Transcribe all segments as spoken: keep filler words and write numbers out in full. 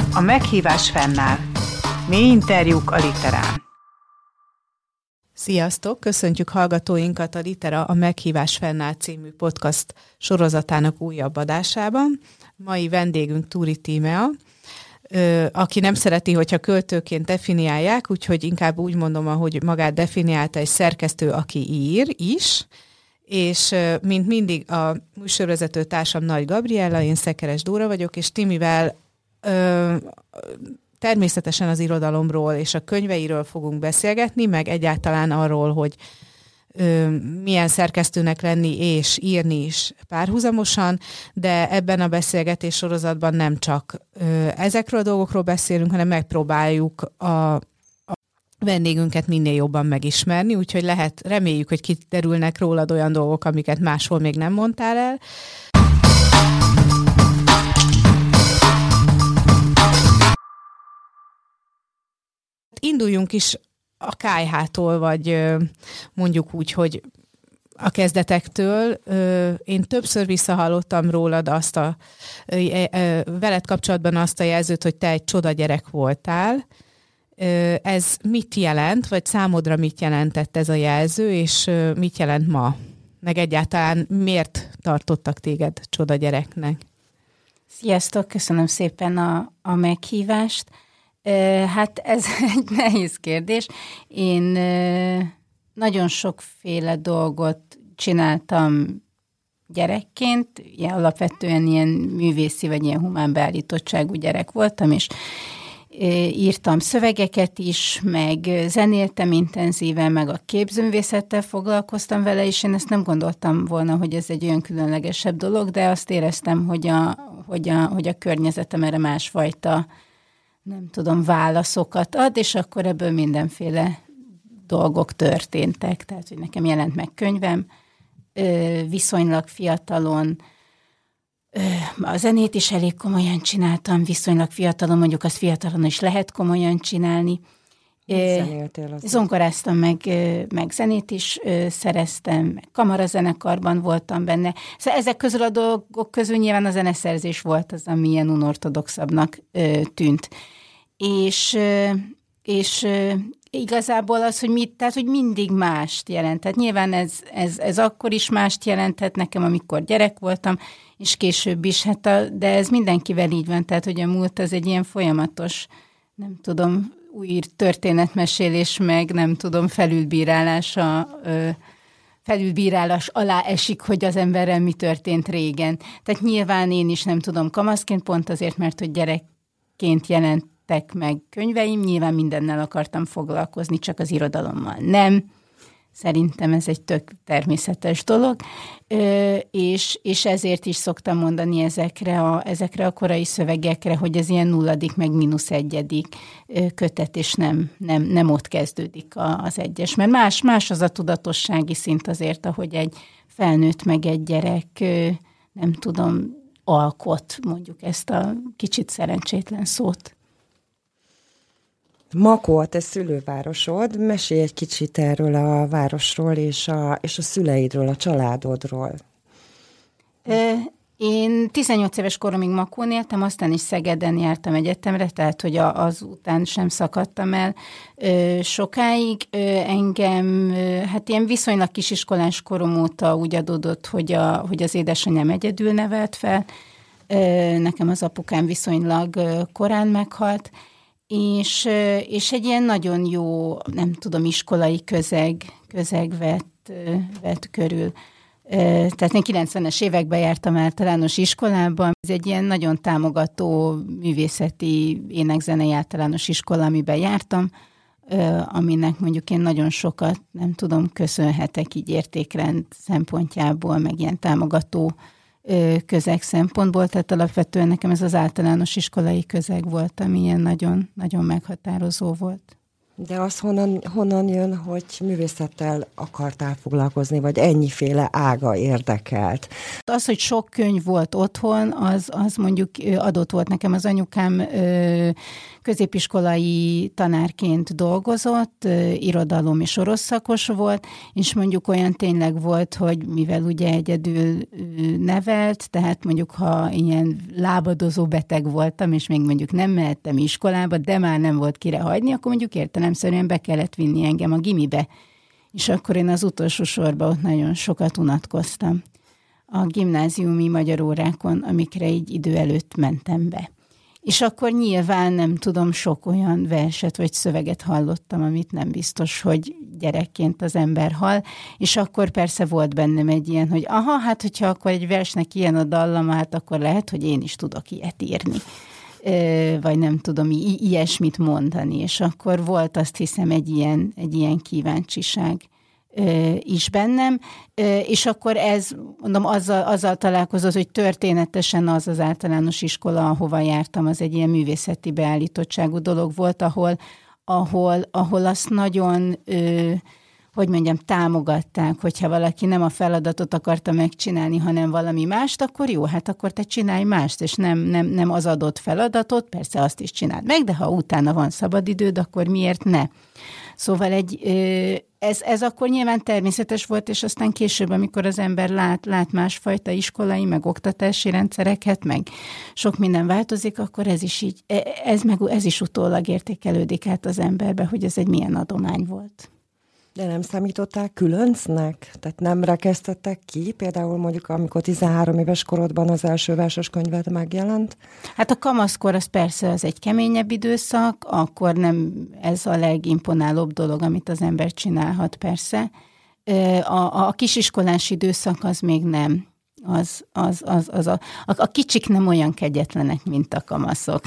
A meghívás fennáll. Mély interjúk a Literán. Sziasztok! Köszöntjük hallgatóinkat a Litera a Meghívás fennáll című podcast sorozatának újabb adásában. Mai vendégünk Túri Tímea, aki nem szereti, hogyha költőként definiálják, úgyhogy inkább úgy mondom, ahogy magát definiálta, egy szerkesztő, aki ír is, és mint mindig a műsorvezető társam Nagy Gabriella, én Szekeres Dóra vagyok, és Timivel ö, természetesen az irodalomról és a könyveiről fogunk beszélgetni, meg egyáltalán arról, hogy ö, milyen szerkesztőnek lenni és írni is párhuzamosan, de ebben a beszélgetés sorozatban nem csak ö, ezekről a dolgokról beszélünk, hanem megpróbáljuk a vendégünket minél jobban megismerni, úgyhogy lehet, reméljük, hogy kiderülnek rólad olyan dolgok, amiket máshol még nem mondtál el. Induljunk is a kályhától, vagy mondjuk úgy, hogy a kezdetektől. Én többször visszahallottam rólad azt a, veled kapcsolatban azt a jelzőt, hogy te egy csoda gyerek voltál. Ez mit jelent, vagy számodra mit jelentett ez a jelző, és mit jelent ma? Meg egyáltalán miért tartottak téged csoda gyereknek? Sziasztok, köszönöm szépen a, a meghívást. Hát ez egy nehéz kérdés. Én nagyon sokféle dolgot csináltam gyerekként, ilyen alapvetően ilyen művészi, vagy ilyen humán beállítottságú gyerek voltam, és írtam szövegeket is, meg zenéltem intenzíven, meg a képzőművészettel foglalkoztam vele, és én ezt nem gondoltam volna, hogy ez egy olyan különlegesebb dolog, de azt éreztem, hogy a, hogy a, hogy a környezetem erre másfajta, nem tudom, válaszokat ad, és akkor ebből mindenféle dolgok történtek. Tehát, hogy nekem jelent meg könyvem, viszonylag fiatalon, a zenét is elég komolyan csináltam, viszonylag fiatalon, mondjuk azt fiatalon is lehet komolyan csinálni. Zongoráztam, meg, meg zenét is szereztem, meg kamarazenekarban voltam benne. Szóval ezek közül a dolgok közül nyilván a zeneszerzés volt az, ami ilyen unortodoxabbnak tűnt. És, és igazából az, hogy, mit, tehát, hogy mindig mást jelent. Tehát nyilván ez, ez, ez akkor is mást jelentett nekem, amikor gyerek voltam, és később is, hát a, de ez mindenkivel így van, tehát hogy a múlt az egy ilyen folyamatos, nem tudom, új történetmesélés, meg nem tudom, felülbírálása, felülbírálás alá esik, hogy az emberrel mi történt régen. Tehát nyilván én is nem tudom, kamaszként pont azért, mert hogy gyerekként jelentek meg könyveim, nyilván mindennel akartam foglalkozni, csak az irodalommal nem. Szerintem ez egy tök természetes dolog, Ö, és, és ezért is szoktam mondani ezekre a, ezekre a korai szövegekre, hogy ez ilyen nulladik, meg mínusz egyedik kötet, és nem, nem, nem ott kezdődik a, az egyes. Mert más, más az a tudatossági szint azért, ahogy egy felnőtt, meg egy gyerek, nem tudom, alkot, mondjuk ezt a kicsit szerencsétlen szót. Makó a te szülővárosod, mesélj egy kicsit erről a városról és a, és a szüleidről, a családodról. Én tizennyolc éves koromig Makón éltem, aztán is Szegeden jártam egyetemre, tehát hogy azután sem szakadtam el sokáig. Engem, hát ilyen viszonylag kisiskolás korom óta úgy adódott, hogy, a, hogy az édesanyám egyedül nevelt fel. Nekem az apukám viszonylag korán meghalt, És, és egy ilyen nagyon jó, nem tudom, iskolai közeg, közeg vett, vett körül. Tehát én kilencvenes években jártam általános iskolában. Ez egy ilyen nagyon támogató művészeti énekzenei általános iskola, amiben jártam, aminek mondjuk én nagyon sokat, nem tudom, köszönhetek így értékrend szempontjából, meg ilyen támogató közeg szempontból, tehát alapvetően nekem ez az általános iskolai közeg volt, ami ilyen nagyon, nagyon meghatározó volt. De az honnan, honnan jön, hogy művészettel akartál foglalkozni, vagy ennyiféle ága érdekelt? Az, hogy sok könyv volt otthon, az, az mondjuk adott volt nekem. Az anyukám középiskolai tanárként dolgozott, irodalom és orosz szakos volt, és mondjuk olyan tényleg volt, hogy mivel ugye egyedül nevelt, tehát mondjuk ha ilyen lábadozó beteg voltam, és még mondjuk nem mehettem iskolába, de már nem volt kire hagyni, akkor mondjuk értelemszerűen be kellett vinni engem a gimibe. És akkor én az utolsó sorban ott nagyon sokat unatkoztam a gimnáziumi magyar órákon, amikre így idő előtt mentem be. És akkor nyilván nem tudom, sok olyan verset vagy szöveget hallottam, amit nem biztos, hogy gyerekként az ember hall, és akkor persze volt bennem egy ilyen, hogy aha, hát hogyha akkor egy versnek ilyen a dallama, hát akkor lehet, hogy én is tudok ilyet írni. Vagy nem tudom, i- ilyesmit mondani, és akkor volt, azt hiszem, egy ilyen, egy ilyen kíváncsiság is bennem, és akkor ez, mondom, azzal, azzal találkozott, hogy történetesen az az általános iskola, ahova jártam, az egy ilyen művészeti beállítottságú dolog volt, ahol, ahol, ahol azt nagyon, hogy mondjam, támogatták, hogyha valaki nem a feladatot akarta megcsinálni, hanem valami mást, akkor jó, hát akkor te csinálj mást, és nem, nem, nem az adott feladatot, persze azt is csináld meg, de ha utána van szabadidőd, akkor miért ne? Szóval egy, ez, ez akkor nyilván természetes volt, és aztán később, amikor az ember lát, lát másfajta iskolai, meg oktatási rendszereket, meg sok minden változik, akkor ez is így, ez, meg, ez is utólag értékelődik át az emberbe, hogy ez egy milyen adomány volt. De nem számítottál különcnek? Tehát nem rekesztettek ki? Például mondjuk, amikor tizenhárom éves korodban az első verses könyved megjelent? Hát a kamaszkor az persze az egy keményebb időszak, akkor nem ez a legimponálóbb dolog, amit az ember csinálhat persze. A, a, a kisiskolás időszak az még nem. Az, az, az, az a, a, a kicsik nem olyan kegyetlenek, mint a kamaszok.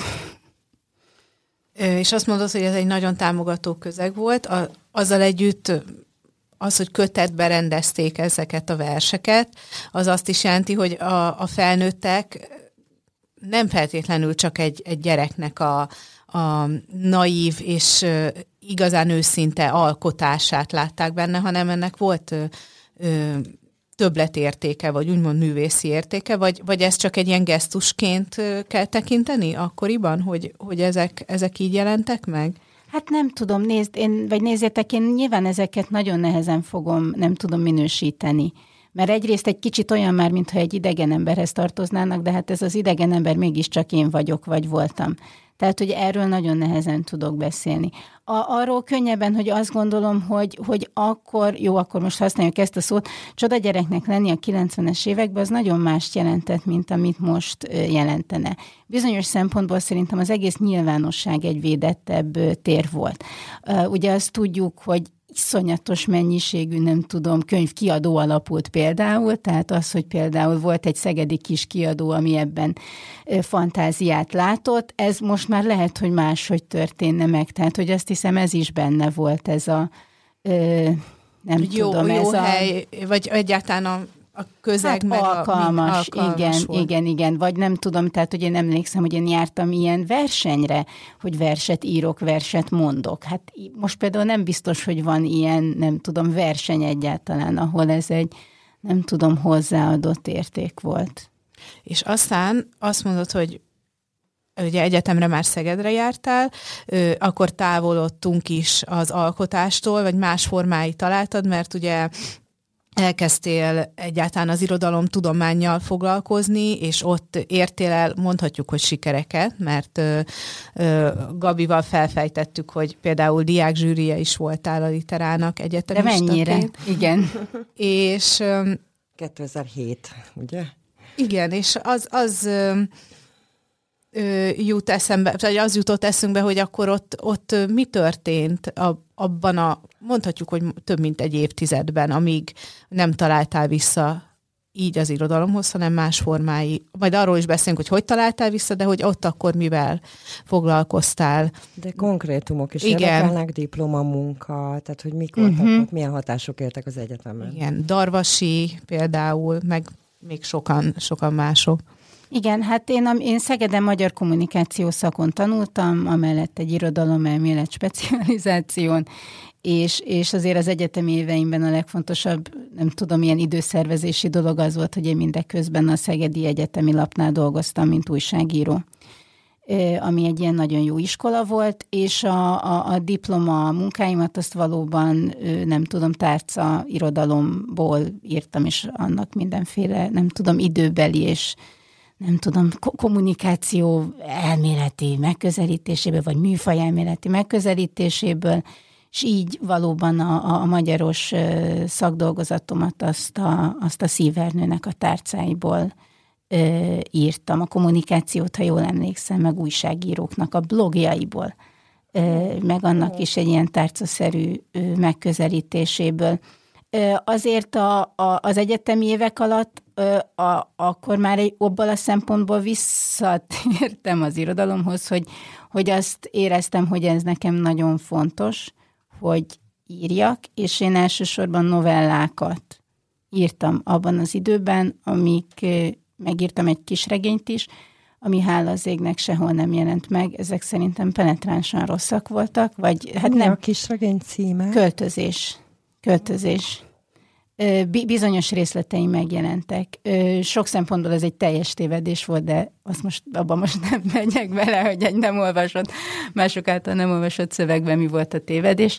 És azt mondod, hogy ez egy nagyon támogató közeg volt. A, azzal együtt az, hogy kötetbe rendezték ezeket a verseket, az azt is jelenti, hogy a, a felnőttek nem feltétlenül csak egy, egy gyereknek a, a naív és igazán őszinte alkotását látták benne, hanem ennek volt ö, ö, többletértéke, vagy úgymond művészi értéke, vagy, vagy ez csak egy ilyen gesztusként kell tekinteni akkoriban, hogy, hogy ezek, ezek így jelentek meg? Hát nem tudom, nézd, én, vagy nézzétek, én nyilván ezeket nagyon nehezen fogom, nem tudom minősíteni. Mert egyrészt egy kicsit olyan már, mintha egy idegen emberhez tartoznának, de hát ez az idegen ember mégiscsak én vagyok, vagy voltam. Tehát, hogy erről nagyon nehezen tudok beszélni. A, arról könnyebben, hogy azt gondolom, hogy, hogy akkor, jó, akkor most használjuk ezt a szót, csoda gyereknek lenni a kilencvenes években, az nagyon mást jelentett, mint amit most jelentene. Bizonyos szempontból szerintem az egész nyilvánosság egy védettebb tér volt. Ugye azt tudjuk, hogy iszonyatos mennyiségű, nem tudom, könyv kiadó alapult például, tehát az, hogy például volt egy szegedi kis kiadó, ami ebben fantáziát látott, ez most már lehet, hogy máshogy történne meg, tehát hogy azt hiszem ez is benne volt ez a, nem jó, tudom, jó ez hely, a... vagy egyáltalán a a közeg hát meg alkalmas, a, alkalmas igen, volt. igen, igen, vagy nem tudom, tehát, hogy én emlékszem, hogy én jártam ilyen versenyre, hogy verset írok, verset mondok. Hát most például nem biztos, hogy van ilyen, nem tudom, verseny egyáltalán, ahol ez egy, nem tudom, hozzáadott érték volt. És aztán azt mondod, hogy ugye egyetemre már Szegedre jártál, akkor távolodtunk is az alkotástól, vagy más formái találtad, mert ugye elkezdtél egyáltalán az irodalomtudománnyal foglalkozni, és ott értél el, mondhatjuk, hogy sikereket, mert ö, ö, Gabival felfejtettük, hogy például diákzsűrije is voltál a Literának egyetemistaként. De mennyire? Igen. És ö, kétezer-hét, ugye? Igen, és az, az ö, ö, jut eszembe, vagy az jutott eszünkbe, hogy akkor ott, ott mi történt a, abban a, mondhatjuk, hogy több mint egy évtizedben, amíg nem találtál vissza így az irodalomhoz, hanem más formái. Majd arról is beszélünk, hogy hogy találtál vissza, de hogy ott akkor mivel foglalkoztál. De konkrétumok is igen. érdekelnek, diplomamunka, tehát hogy mik voltak, uh-huh. ott, milyen hatások értek az egyetemen. Igen, Darvasi például, meg még sokan, sokan mások. Igen, hát én, én Szegeden magyar kommunikáció szakon tanultam, amellett egy irodalomelmélet specializáción, és, és azért az egyetemi éveimben a legfontosabb, nem tudom, ilyen időszervezési dolog az volt, hogy én mindeközben a Szegedi Egyetemi Lapnál dolgoztam, mint újságíró, ami egy ilyen nagyon jó iskola volt, és a, a, a diploma munkáimat azt valóban, nem tudom, tárca irodalomból írtam, és annak mindenféle, nem tudom, időbeli és nem tudom, kommunikáció elméleti megközelítéséből, vagy műfaj elméleti megközelítéséből, és így valóban a, a magyaros szakdolgozatomat azt a, azt a szívernőnek a tárcáiból ö, írtam. A kommunikációt, ha jól emlékszem, meg újságíróknak a blogjaiból, ö, meg annak is egy ilyen tárcaszerű ö, megközelítéséből. Ö, azért a, a, az egyetemi évek alatt ö, a, akkor már egy abból a szempontból visszatértem az irodalomhoz, hogy, hogy azt éreztem, hogy ez nekem nagyon fontos, hogy írjak, és én elsősorban novellákat írtam abban az időben, amik, megírtam egy kis regényt is, ami hála az égnek sehol nem jelent meg. Ezek szerintem penetránsan rosszak voltak, vagy hát Mi nem. a kis regény címe? Költözés. Költözés. Bizonyos részletei megjelentek. Sok szempontból ez egy teljes tévedés volt, de azt most, abban most nem megyek bele, hogy egy nem olvasott, mások által nem olvasott szövegben mi volt a tévedés.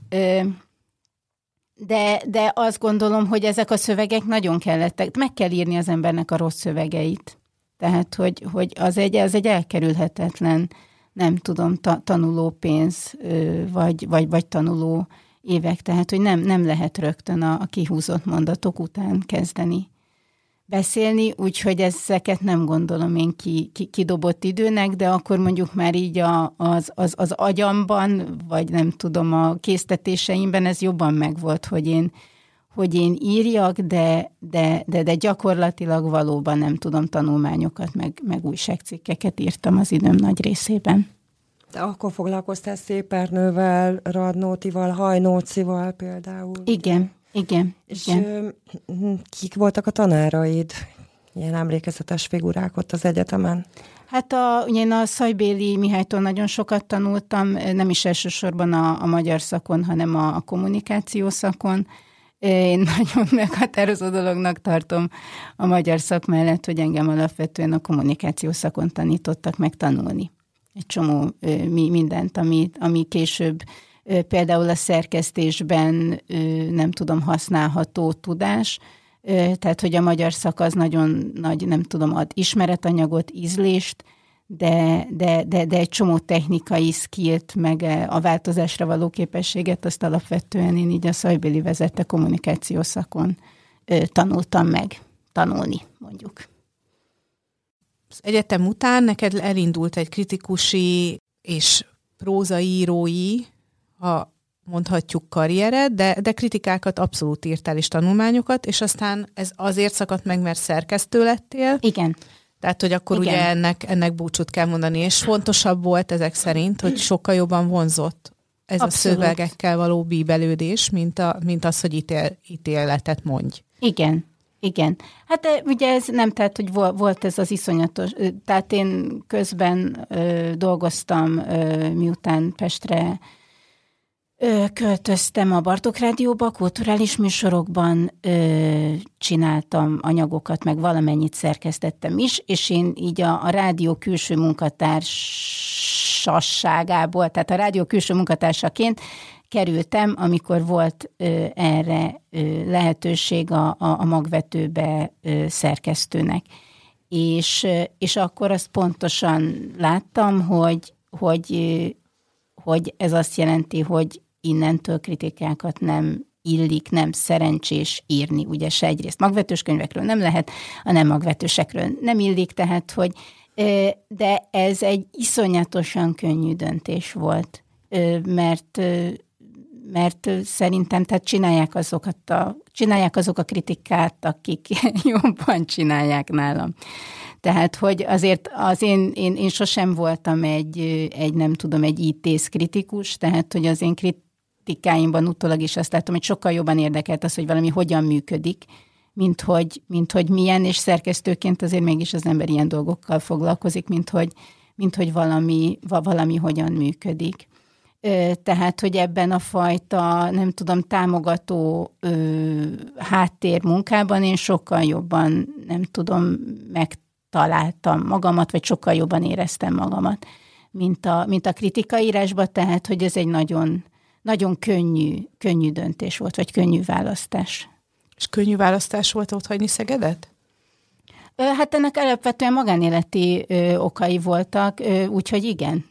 De, de azt gondolom, hogy ezek a szövegek nagyon kellettek. Meg kell írni az embernek a rossz szövegeit. Tehát, hogy, hogy az, egy, az egy elkerülhetetlen, nem tudom, ta, tanulópénz, vagy, vagy, vagy tanuló évek, tehát, hogy nem, nem lehet rögtön a, a kihúzott mondatok után kezdeni beszélni, úgyhogy ezeket nem gondolom én ki, ki, kidobott időnek, de akkor mondjuk már így a, az, az, az agyamban, vagy nem tudom, a késztetéseimben ez jobban megvolt, hogy én, hogy én írjak, de, de, de, de gyakorlatilag valóban nem tudom, tanulmányokat, meg, meg újságcikkeket írtam az időm nagy részében. De akkor foglalkoztál Szépernővel, Radnótival, Hajnócival például. Igen, igen. És igen. Kik voltak a tanáraid? Ilyen emlékezetes figurák ott az egyetemen? Hát a, ugye én a Szajbéli Mihálytól nagyon sokat tanultam, nem is elsősorban a, a magyar szakon, hanem a, a kommunikáció szakon. Én nagyon meghatározó dolognak tartom a magyar szak mellett, hogy engem alapvetően a kommunikáció szakon tanítottak meg tanulni. Egy csomó ö, mindent, ami, ami később ö, például a szerkesztésben ö, nem tudom, használható tudás, ö, tehát hogy a magyar szak az nagyon nagy, nem tudom, ad ismeretanyagot, ízlést, de, de, de, de egy csomó technikai skillt, meg a változásra való képességet, azt alapvetően én így a Szajbéli vezette kommunikáció szakon ö, tanultam meg, tanulni mondjuk. Az egyetem után neked elindult egy kritikusi és prózaírói, ha mondhatjuk, karriered, de, de kritikákat abszolút írtál és tanulmányokat, és aztán ez azért szakadt meg, mert szerkesztő lettél. Igen. Tehát, hogy akkor Igen. ugye ennek, ennek búcsút kell mondani, és fontosabb volt ezek szerint, hogy sokkal jobban vonzott ez abszolút. A szövegekkel való bíbelődés, mint, a, mint az, hogy ítél, ítéletet mondj. Igen. Igen. Hát ugye ez nem, tehát, hogy volt ez az iszonyatos, tehát én közben ö, dolgoztam, ö, miután Pestre ö, költöztem a Bartók Rádióba, kulturális műsorokban ö, csináltam anyagokat, meg valamennyit szerkesztettem is, és én így a, a rádió külső munkatársasságából, tehát a rádió külső munkatársaként kerültem, amikor volt ö, erre ö, lehetőség a, a, a magvetőbe ö, szerkesztőnek. És, ö, és akkor azt pontosan láttam, hogy, hogy, ö, hogy ez azt jelenti, hogy innentől kritikákat nem illik, nem szerencsés írni. Ugye se egyrészt magvetős könyvekről nem lehet, a nem magvetősekről nem illik, tehát hogy ö, de ez egy iszonyatosan könnyű döntés volt, ö, mert ö, mert szerintem tehát csinálják azokat a, csinálják azok a kritikát, akik jobban csinálják nálam. Tehát, hogy azért az én, én, én sosem voltam egy, egy, nem tudom, egy ítész kritikus, tehát, hogy az én kritikáimban utólag is azt látom, hogy sokkal jobban érdekelt az, hogy valami hogyan működik, mint hogy, mint hogy milyen, és szerkesztőként azért mégis az ember ilyen dolgokkal foglalkozik, mint hogy, mint hogy valami, valami hogyan működik. Tehát, hogy ebben a fajta, nem tudom, támogató ö, háttérmunkában én sokkal jobban, nem tudom, megtaláltam magamat, vagy sokkal jobban éreztem magamat, mint a, mint a kritikaírásban, tehát, hogy ez egy nagyon, nagyon könnyű, könnyű döntés volt, vagy könnyű választás. És könnyű választás volt ott hagyni Szegedet? Hát ennek alapvetően magánéleti ö, okai voltak, ö, úgyhogy igen.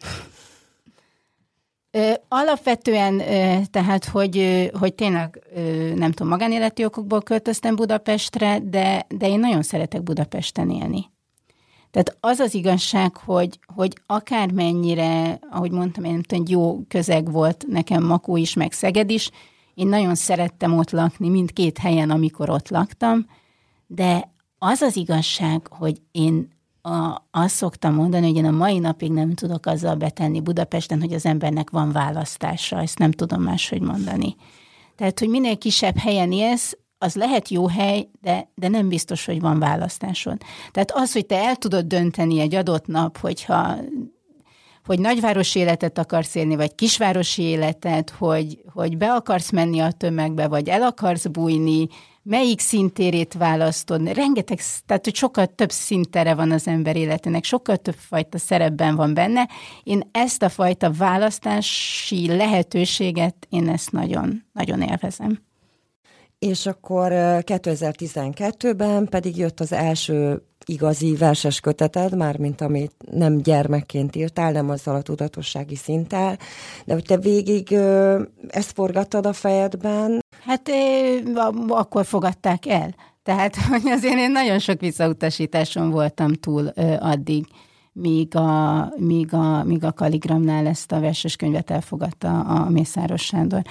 Ö, alapvetően, ö, tehát, hogy, ö, hogy tényleg, ö, nem tudom, magánéleti okokból költöztem Budapestre, de, de én nagyon szeretek Budapesten élni. Tehát az az igazság, hogy, hogy akármennyire, ahogy mondtam, én nem tudom, jó közeg volt nekem Makó is, meg Szeged is, én nagyon szerettem ott lakni, mindkét helyen, amikor ott laktam, de az az igazság, hogy én a, azt szoktam mondani, hogy én a mai napig nem tudok azzal betenni Budapesten, hogy az embernek van választása, ezt nem tudom máshogy mondani. Tehát, hogy minél kisebb helyen élsz, az lehet jó hely, de, de nem biztos, hogy van választásod. Tehát az, hogy te el tudod dönteni egy adott nap, hogyha hogy nagyvárosi életet akarsz élni, vagy kisvárosi életet, hogy, hogy be akarsz menni a tömegbe, vagy el akarsz bújni, melyik szintérét választod. Rengeteg, tehát hogy sokkal több szintere van az ember életének, sokkal több fajta szerepben van benne. Én ezt a fajta választási lehetőséget, én ezt nagyon, nagyon élvezem. És akkor kétezer-tizenkettőben pedig jött az első igazi verses köteted, mármint amit nem gyermekként írtál, nem azzal a tudatossági szinttel, de hogy te végig ezt forgattad a fejedben? Hát akkor fogadták el. Tehát, hogy azért én nagyon sok visszautasításon voltam túl addig, míg a, míg a, míg a Kaligramnál ezt a verseskönyvet elfogadta a Mészáros Sándor.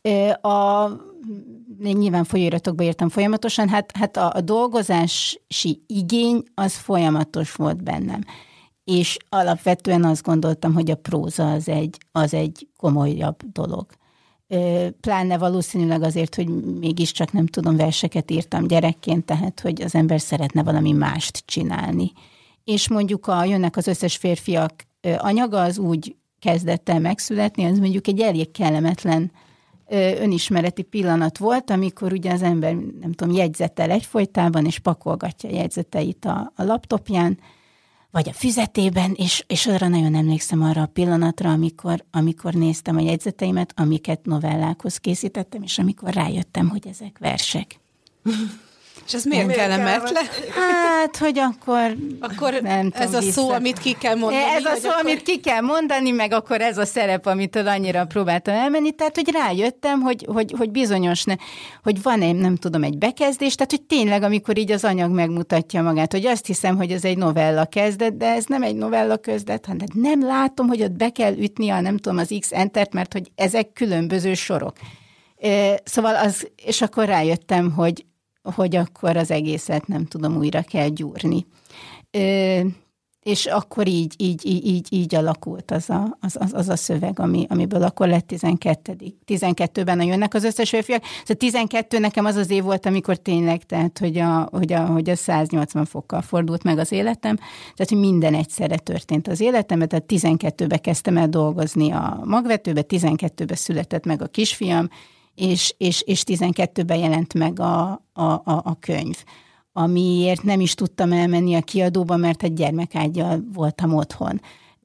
A nyilván folyóiratokba írtam folyamatosan, hát, hát a, a dolgozási igény az folyamatos volt bennem. És alapvetően azt gondoltam, hogy a próza az egy, az egy komolyabb dolog. Pláne valószínűleg azért, hogy mégiscsak nem tudom, verseket írtam gyerekként, tehát hogy az ember szeretne valami mást csinálni. És mondjuk a Jönnek az összes férfiak anyaga az úgy kezdett el megszületni, az mondjuk egy elég kellemetlen önismereti pillanat volt, amikor ugye az ember, nem tudom, jegyzetel egyfolytában, és pakolgatja a jegyzeteit a, a laptopján, vagy a füzetében, és, és arra nagyon emlékszem arra a pillanatra, amikor, amikor néztem a jegyzeteimet, amiket novellákhoz készítettem, és amikor rájöttem, hogy ezek versek. És ez miért kellemetlen? Hát, hogy akkor... Akkor nem ez tudom, a szó, vissza. amit ki kell mondani. Ez a szó, akkor... amit ki kell mondani, meg akkor ez a szerep, amitől annyira próbáltam elmenni. Tehát, hogy rájöttem, hogy, hogy, hogy bizonyos, ne, hogy van egy, nem tudom, egy bekezdés, tehát, hogy tényleg, amikor így az anyag megmutatja magát, hogy azt hiszem, hogy ez egy novella kezdet, de ez nem egy novella kezdet, hanem nem látom, hogy ott be kell ütni a, nem tudom, az X entert, mert hogy ezek különböző sorok. Szóval az, és akkor rájöttem, hogy hogy akkor az egészet nem tudom, újra kell gyúrni. Ö, és akkor így, így, így, így, így alakult az a, az, az, az a szöveg, ami, amiből akkor lett tizenkettőben a Jönnek az összes férfiak. Szóval tizenkettő nekem az az év volt, amikor tényleg, tehát, hogy a, hogy a, hogy a száznyolcvan fokkal fordult meg az életem, tehát, hogy minden egyszerre történt az életemben, tehát tizenkettőben kezdtem el dolgozni a magvetőbe, tizenkettőben született meg a kisfiam, és, és, és tizenkettőben jelent meg a, a, a, a könyv, amiért nem is tudtam elmenni a kiadóba, mert egy gyermekággyal voltam otthon.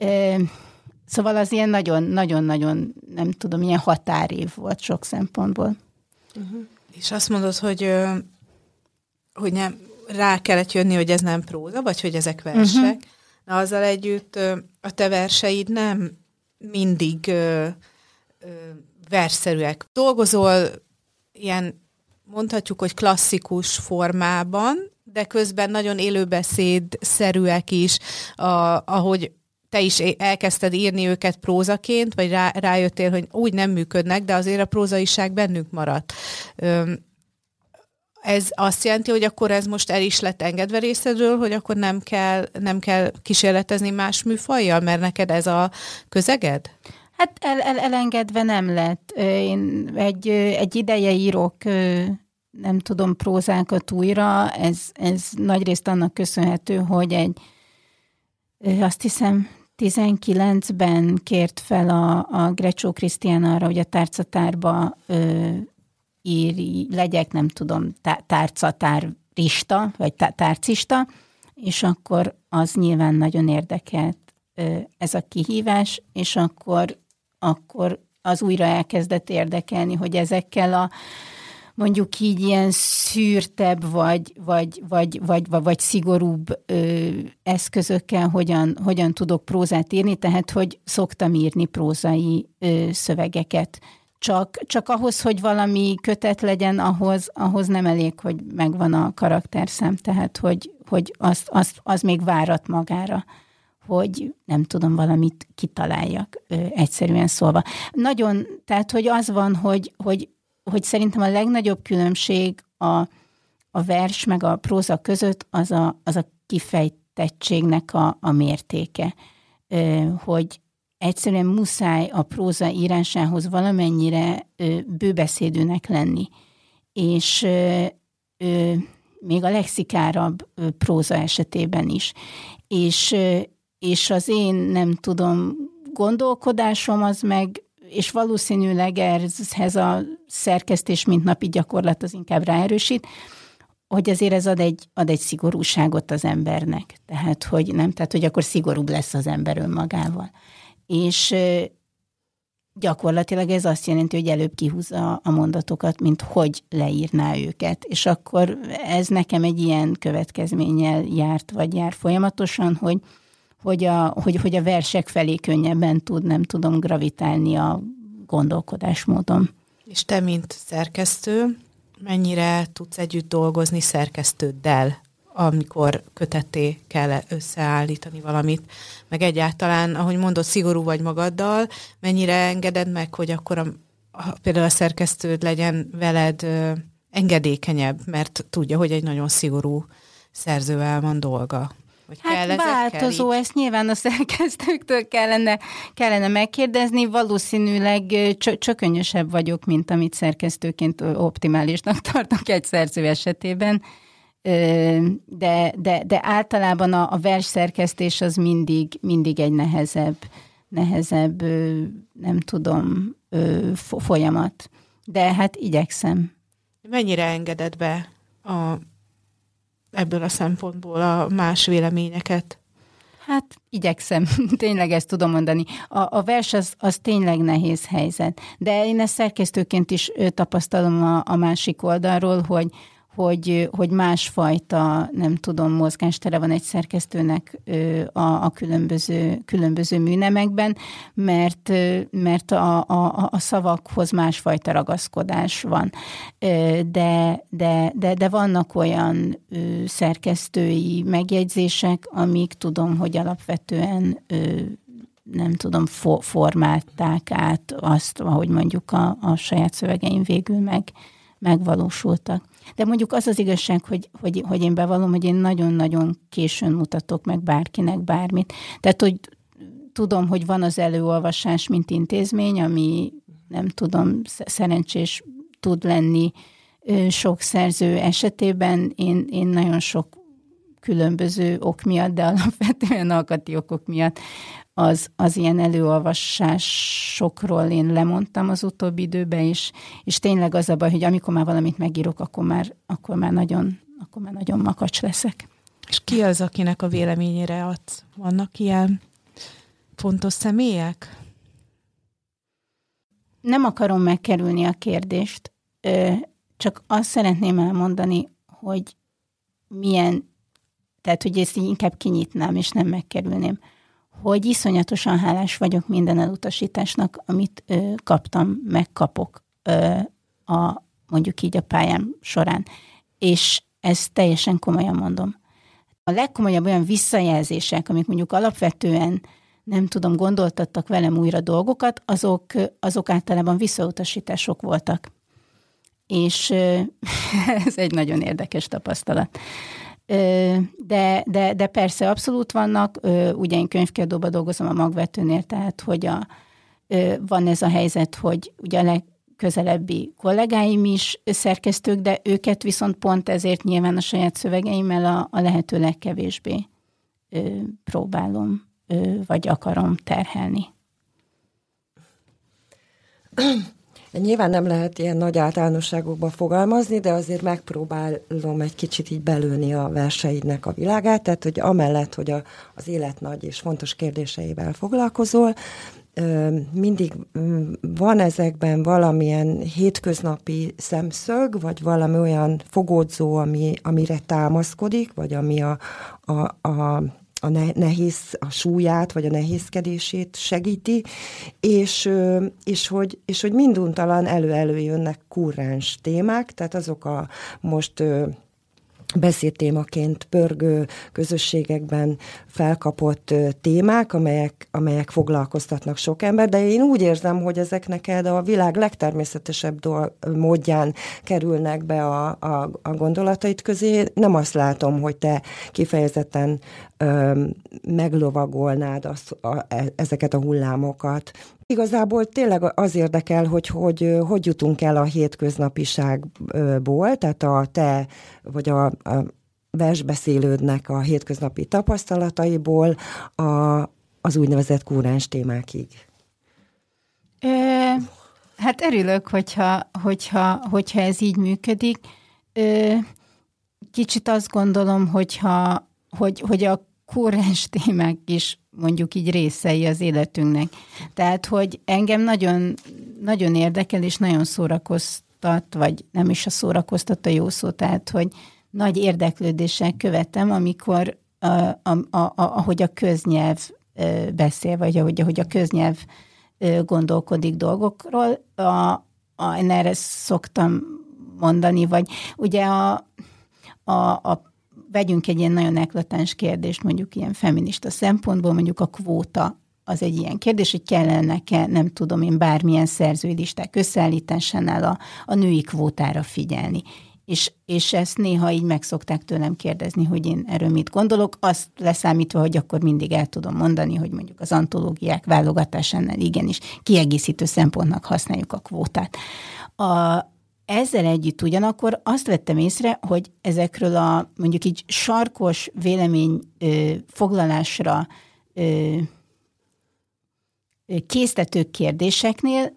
Szóval az ilyen nagyon-nagyon, nem tudom, ilyen határév volt sok szempontból. Uh-huh. És azt mondod, hogy, hogy nem, rá kellett jönni, hogy ez nem próza, vagy hogy ezek versek. Uh-huh. Na, azzal együtt a te verseid nem mindig versszerűek. Dolgozol ilyen, mondhatjuk, hogy klasszikus formában, de közben nagyon élőbeszédszerűek is, a, ahogy te is elkezdted írni őket prózaként, vagy rá, rájöttél, hogy úgy nem működnek, de azért a prózaiság bennük maradt. Ez azt jelenti, hogy akkor ez most el is lett engedve részedről, hogy akkor nem kell, nem kell kísérletezni más műfajjal, mert neked ez a közeged? Hát el, el, elengedve nem lett. Én egy, egy ideje írok nem tudom, prózákat újra, ez, ez nagyrészt annak köszönhető, hogy egy, azt hiszem, tizenkilencben kért fel a, a Grecsó Krisztián arra, hogy a tárcatárba ö, ír, legyek, nem tudom, tá, tárcatárista, vagy tá, tárcista, és akkor az nyilván nagyon érdekelt ö, ez a kihívás, és akkor, akkor az újra elkezdett érdekelni, hogy ezekkel a mondjuk így ilyen szűrtebb, vagy, vagy, vagy, vagy, vagy, vagy szigorúbb ö, eszközökkel hogyan, hogyan tudok prózát írni, tehát hogy szoktam írni prózai ö, szövegeket. Csak, csak ahhoz, hogy valami kötet legyen, ahhoz, ahhoz nem elég, hogy megvan a karakterszám, tehát hogy, hogy az, az, az még várat magára, hogy nem tudom, valamit kitaláljak, ö, egyszerűen szólva. Nagyon, tehát hogy az van, hogy, hogy hogy szerintem a legnagyobb különbség a, a vers meg a próza között az a, az a kifejtettségnek a, a mértéke. Ö, hogy egyszerűen muszáj a próza írásához valamennyire ö, bőbeszédűnek lenni. És ö, ö, még a lexikárabb ö, próza esetében is. És, ö, és az én, nem tudom, gondolkodásom az meg, és valószínűleg ehhez a szerkesztés mint napi gyakorlat az inkább ráerősít, hogy azért ez ad egy, ad egy szigorúságot az embernek. Tehát, hogy nem, tehát, hogy akkor szigorúbb lesz az ember önmagával. És gyakorlatilag ez azt jelenti, hogy előbb kihúzza a mondatokat, mint hogy leírná őket. És akkor ez nekem egy ilyen következménnyel járt, vagy jár folyamatosan, hogy Hogy a, hogy, hogy a versek felé könnyebben tud, nem tudom, gravitálni a gondolkodásmódom. És te, mint szerkesztő, mennyire tudsz együtt dolgozni szerkesztőddel, amikor kötetté kell összeállítani valamit, meg egyáltalán, ahogy mondod, szigorú vagy magaddal, mennyire engeded meg, hogy akkor a, a, például a szerkesztőd legyen veled ö, engedékenyebb, mert tudja, hogy egy nagyon szigorú szerzővel van dolga. Hát változó, ezt nyilván a szerkesztőktől kellene, kellene megkérdezni, valószínűleg cs- csökönyösebb vagyok, mint amit szerkesztőként optimálisnak tartok egy szerző esetében, de, de, de általában a, a versszerkesztés az mindig, mindig egy nehezebb, nehezebb, nem tudom, folyamat. De hát igyekszem. Mennyire engeded be a ebből a szempontból a más véleményeket? Hát igyekszem, tényleg ezt tudom mondani. A, a vers az, az tényleg nehéz helyzet. De én ezt szerkesztőként is tapasztalom a, a másik oldalról, hogy, hogy, hogy másfajta, nem tudom, mozgástere van egy szerkesztőnek a, a különböző, különböző műnemekben, mert, mert a, a, a szavakhoz másfajta ragaszkodás van. De, de, de, de vannak olyan szerkesztői megjegyzések, amik tudom, hogy alapvetően nem tudom, for, formálták át azt, ahogy mondjuk a, a saját szövegeim végül meg, megvalósultak. De mondjuk az az igazság, hogy, hogy, hogy én bevallom, hogy én nagyon-nagyon későn mutatok meg bárkinek bármit. Tehát, hogy tudom, hogy van az előolvasás, mint intézmény, ami nem tudom, szerencsés tud lenni sok szerző esetében. Én, én nagyon sok különböző ok miatt, de alapvetően alkati okok miatt az, az ilyen előolvasásokról én lemondtam az utóbbi időben, és, és tényleg az a baj, hogy amikor már valamit megírok, akkor már, akkor már, nagyon, akkor már nagyon makacs leszek. És ki az, akinek a véleményére adsz? Vannak ilyen fontos személyek? Nem akarom megkerülni a kérdést, csak azt szeretném elmondani, hogy milyen, tehát hogy ezt inkább kinyitnám, és nem megkerülném, hogy iszonyatosan hálás vagyok minden elutasításnak, amit ö, kaptam, megkapok ö, a, mondjuk így a pályám során. És ezt teljesen komolyan mondom. A legkomolyabb olyan visszajelzések, amik mondjuk alapvetően, nem tudom, gondoltattak velem újra dolgokat, azok, azok általában visszautasítások voltak. És ö, ez egy nagyon érdekes tapasztalat. De, de, de persze abszolút vannak, ugye én könyvkiadóban dolgozom a Magvetőnél, tehát hogy a, van ez a helyzet, hogy ugye a közelebbi kollégáim is szerkesztők, de őket viszont pont ezért nyilván a saját szövegeimmel a, a lehető legkevésbé ö, próbálom, ö, vagy akarom terhelni. Nyilván nem lehet ilyen nagy általánosságokba fogalmazni, de azért megpróbálom egy kicsit így belőni a verseidnek a világát, tehát hogy amellett, hogy a, az élet nagy és fontos kérdéseivel foglalkozol, mindig van ezekben valamilyen hétköznapi szemszög, vagy valami olyan fogódzó, ami, amire támaszkodik, vagy ami a, a, a a nehéz, a súlyát, vagy a nehézkedését segíti, és, és, hogy, és hogy minduntalan elő-elő jönnek kurrens témák, tehát azok a most beszédtémaként pörgő közösségekben felkapott témák, amelyek, amelyek foglalkoztatnak sok ember, de én úgy érzem, hogy ezek neked a világ legtermészetesebb dolg, módján kerülnek be a, a, a gondolataid közé. Nem azt látom, hogy te kifejezetten ö, meglovagolnád az, a, ezeket a hullámokat. Igazából tényleg az érdekel, hogy hogy, hogy jutunk el a hétköznapiságból, tehát a te vagy a, a versbeszélődnek a hétköznapi tapasztalataiból a, az úgynevezett kúráns témákig. Ö, hát örülök, hogyha, hogyha, hogyha ez így működik. Ö, kicsit azt gondolom, hogyha, hogy, hogy a kúráns témák is mondjuk így részei az életünknek. Tehát, hogy engem nagyon, nagyon érdekel, és nagyon szórakoztat, vagy nem is a szórakoztat a jó szó, tehát, hogy nagy érdeklődéssel követem, amikor a, a, a, a, ahogy a köznyelv beszél, vagy ahogy, ahogy a köznyelv gondolkodik dolgokról. A, a, én erre szoktam mondani, vagy ugye a, a, a vegyünk egy ilyen nagyon eklatáns kérdést, mondjuk ilyen feminista szempontból, mondjuk a kvóta az egy ilyen kérdés, hogy kellene-e, nem tudom én, bármilyen szerzői listák összeállításánál a, a női kvótára figyelni. És, és ezt néha így meg szokták tőlem kérdezni, hogy én erről mit gondolok, azt leszámítva, hogy akkor mindig el tudom mondani, hogy mondjuk az antológiák válogatásánál igenis kiegészítő szempontnak használjuk a kvótát. A Ezzel együtt ugyanakkor azt vettem észre, hogy ezekről a mondjuk így sarkos vélemény ö, foglalásra ö, késztető kérdéseknél,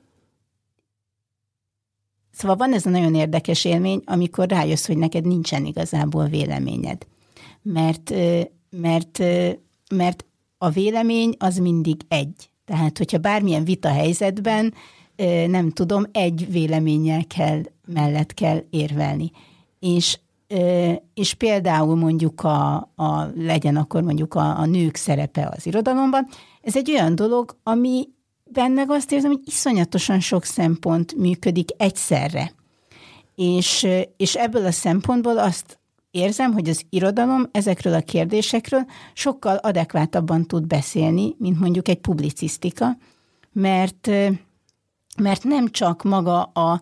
szóval van ez a nagyon érdekes élmény, amikor rájössz, hogy neked nincsen igazából véleményed. Mert, ö, mert, ö, mert a vélemény az mindig egy. Tehát, hogyha bármilyen vita helyzetben nem tudom, egy véleménnyel kell, mellett kell érvelni. És, és például mondjuk a, a legyen akkor mondjuk a, a nők szerepe az irodalomban, ez egy olyan dolog, amiben meg azt érzem, hogy iszonyatosan sok szempont működik egyszerre. És, és ebből a szempontból azt érzem, hogy az irodalom ezekről a kérdésekről sokkal adekvátabban tud beszélni, mint mondjuk egy publicisztika, mert mert nem csak maga a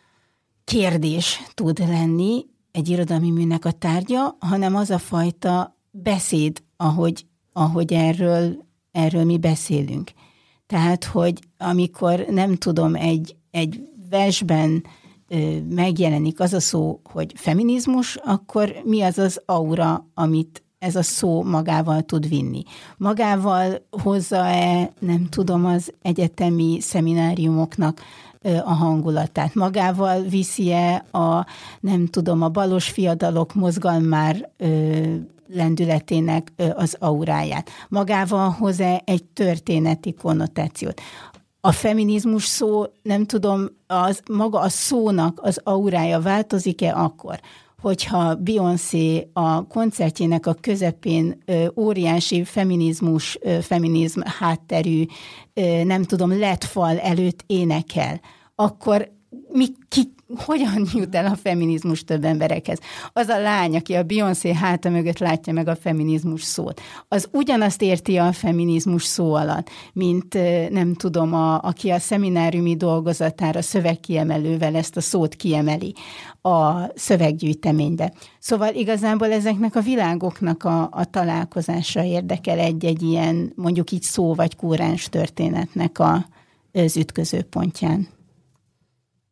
kérdés tud lenni egy irodalmi műnek a tárgya, hanem az a fajta beszéd, ahogy, ahogy erről, erről mi beszélünk. Tehát, hogy amikor nem tudom, egy, egy versben ö, megjelenik az a szó, hogy feminizmus, akkor mi az az aura, amit ez a szó magával tud vinni. Magával hozza-e, nem tudom, az egyetemi szemináriumoknak a hangulatát. Magával viszi-e a, nem tudom, a balos fiadalok mozgalmár lendületének az auráját. Magával hoz-e egy történeti konnotációt. A feminizmus szó, nem tudom, az, maga a szónak az aurája változik-e akkor, hogyha Beyoncé a koncertjének a közepén ö, óriási feminizmus, ö, feminizm hátterű, ö, nem tudom, lett fal előtt énekel, akkor mi, ki, hogyan jut el a feminizmus több emberekhez? Az a lány, aki a Beyoncé háta mögött látja meg a feminizmus szót, az ugyanazt érti a feminizmus szó alatt, mint nem tudom, a, aki a szemináriumi dolgozatára szövegkiemelővel ezt a szót kiemeli a szöveggyűjteménybe. Szóval igazából ezeknek a világoknak a, a találkozása érdekel egy-egy ilyen, mondjuk így szó vagy kúráns történetnek a, az ütközőpontján.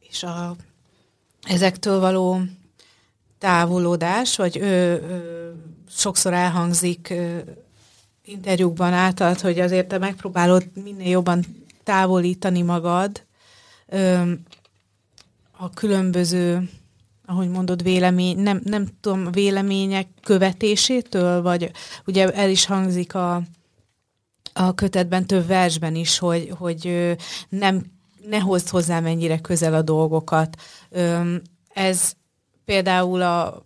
és a, ezektől való távolodás, vagy ö, ö, sokszor elhangzik ö, interjúkban általad, hogy azért te megpróbálod minél jobban távolítani magad ö, a különböző, ahogy mondod, vélemény, nem, nem tudom, vélemények követésétől, vagy ugye el is hangzik a, a kötetben, több versben is, hogy, hogy nem, ne hozd hozzá mennyire közel a dolgokat. Ez például a,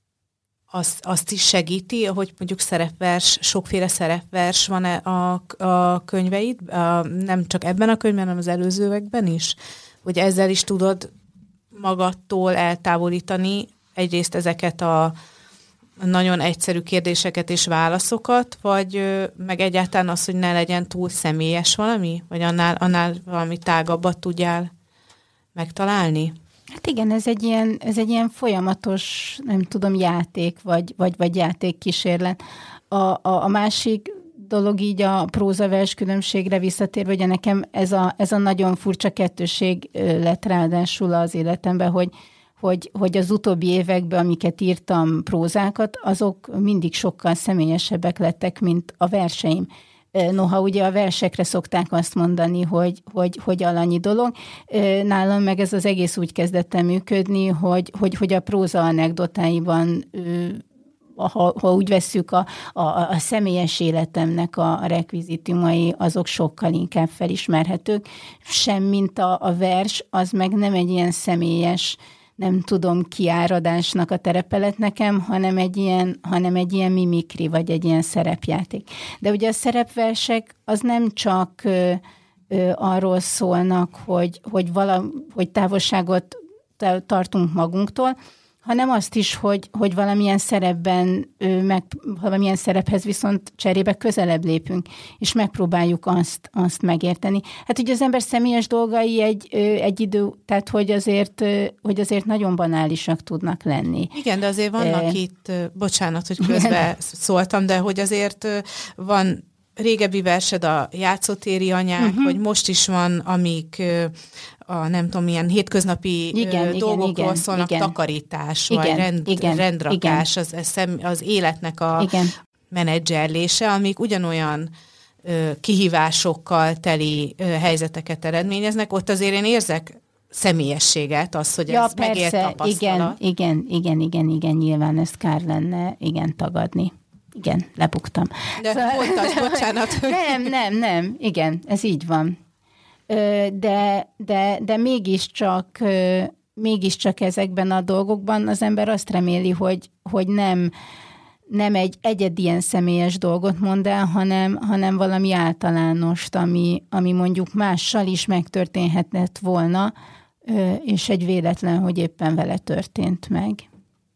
azt, azt is segíti, hogy mondjuk szerepvers, sokféle szerepvers van a, a könyveid, a, nem csak ebben a könyvben, hanem az előzőekben is, hogy ezzel is tudod magadtól eltávolítani egyrészt ezeket a nagyon egyszerű kérdéseket és válaszokat, vagy meg egyáltalán az, hogy ne legyen túl személyes valami, vagy annál, annál valami tágabbat tudjál megtalálni? Hát igen, ez egy ilyen, ez egy ilyen folyamatos, nem tudom, játék, vagy, vagy, vagy játékkísérlet. A, a, a másik dolog így a prózavers különbségre visszatérve, hogy nekem ez a, ez a nagyon furcsa kettőség lett ráadásul az életemben, hogy, hogy, hogy az utóbbi években, amiket írtam prózákat, azok mindig sokkal személyesebbek lettek, mint a verseim. Noha ugye a versekre szokták azt mondani, hogy, hogy, hogy alanyi dolog. Nálam meg ez az egész úgy kezdett el működni, hogy, hogy, hogy a próza anekdotáiban, ha, ha úgy vesszük, a, a, a személyes életemnek a rekvizitumai, azok sokkal inkább felismerhetők, sem mint a, a vers, az meg nem egy ilyen személyes, nem tudom, kiáradásnak a terepe lett nekem, hanem egy ilyen, hanem egy ilyen mimikri, vagy egy ilyen szerepjáték. De ugye a szerepversek az nem csak ö, ö, arról szólnak, hogy, hogy, vala, hogy távolságot tartunk magunktól, hanem azt is, hogy, hogy valamilyen szerepben, meg, valamilyen szerephez viszont cserébe közelebb lépünk, és megpróbáljuk azt, azt megérteni. Hát ugye az ember személyes dolgai egy, egy idő, tehát hogy azért, hogy azért nagyon banálisak tudnak lenni. Igen, de azért vannak uh, itt, bocsánat, hogy közben szóltam, de hogy azért van régebbi versed, a játszótéri anyák, uh-huh. vagy most is van, amik a nem tudom, milyen hétköznapi igen, dolgokról igen, szólnak, igen. takarítás, igen, vagy rend, igen, rendrakás, igen. Az, az életnek a igen. menedzserlése, amik ugyanolyan ö, kihívásokkal teli ö, helyzeteket eredményeznek. Ott azért én érzek személyességet, az, hogy ja, ez persze, megért tapasztalat. Igen, igen, igen, igen, igen, nyilván ezt kár lenne, igen, tagadni. Igen, lebuktam. De szóval... folytasd, bocsánat. nem, nem, nem, igen, ez így van. De, de, de mégiscsak, mégiscsak ezekben a dolgokban az ember azt reméli, hogy, hogy nem, nem egy egyedi ilyen személyes dolgot mond el, hanem, hanem valami általánost, ami, ami mondjuk mással is megtörténhetett volna, és egy véletlen, hogy éppen vele történt meg.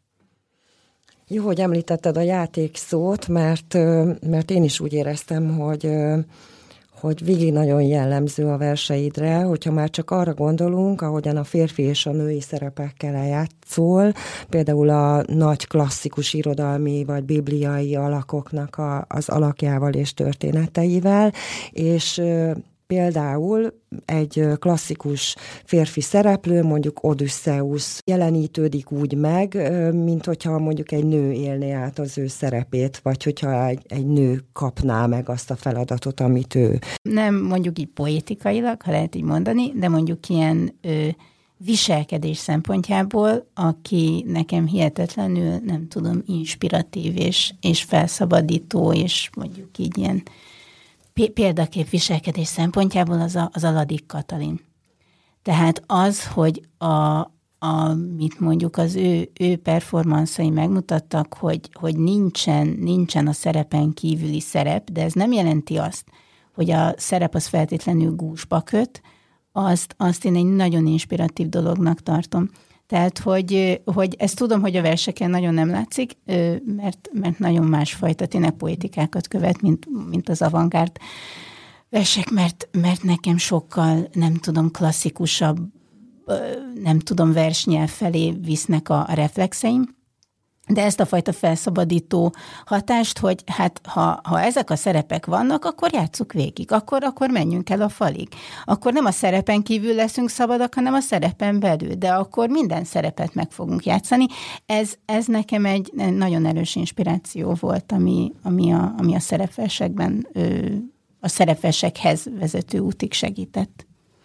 Jó, hogy említetted a játék szót, mert, mert én is úgy éreztem, hogy, hogy végig nagyon jellemző a verseidre, hogyha már csak arra gondolunk, ahogyan a férfi és a női szerepekkel eljátszol, például a nagy klasszikus irodalmi vagy bibliai alakoknak a, az alakjával és történeteivel, és például egy klasszikus férfi szereplő, mondjuk Odüsszeusz jelenítődik úgy meg, mint hogyha mondjuk egy nő élné át az ő szerepét, vagy hogyha egy, egy nő kapná meg azt a feladatot, amit ő. Nem mondjuk így poétikailag, ha lehet így mondani, de mondjuk ilyen ö, viselkedés szempontjából, aki nekem hihetetlenül, nem tudom, inspiratív és, és felszabadító, és mondjuk így ilyen példakép viselkedés szempontjából az a, az a Ladik Katalin. Tehát az, hogy a, a, mit mondjuk az ő, ő performanszai megmutattak, hogy, hogy nincsen, nincsen a szerepen kívüli szerep, de ez nem jelenti azt, hogy a szerep az feltétlenül gúzsba köt, azt, azt én egy nagyon inspiratív dolognak tartom. Tehát, hogy, hogy ezt tudom, hogy a verseken nagyon nem látszik, mert, mert nagyon másfajta tényleg poétikákat követ, mint, mint az avantgárd versek, mert, mert nekem sokkal, nem tudom, klasszikusabb, nem tudom, versnyelv felé visznek a, a reflexeim, de ezt a fajta felszabadító hatást, hogy hát ha, ha ezek a szerepek vannak, akkor játsszuk végig, akkor, akkor menjünk el a falig. Akkor nem a szerepen kívül leszünk szabadak, hanem a szerepen belül, de akkor minden szerepet meg fogunk játszani. Ez, ez nekem egy nagyon erős inspiráció volt, ami, ami, a, ami a szerepversekben, a szerepversekhez vezető útig segített.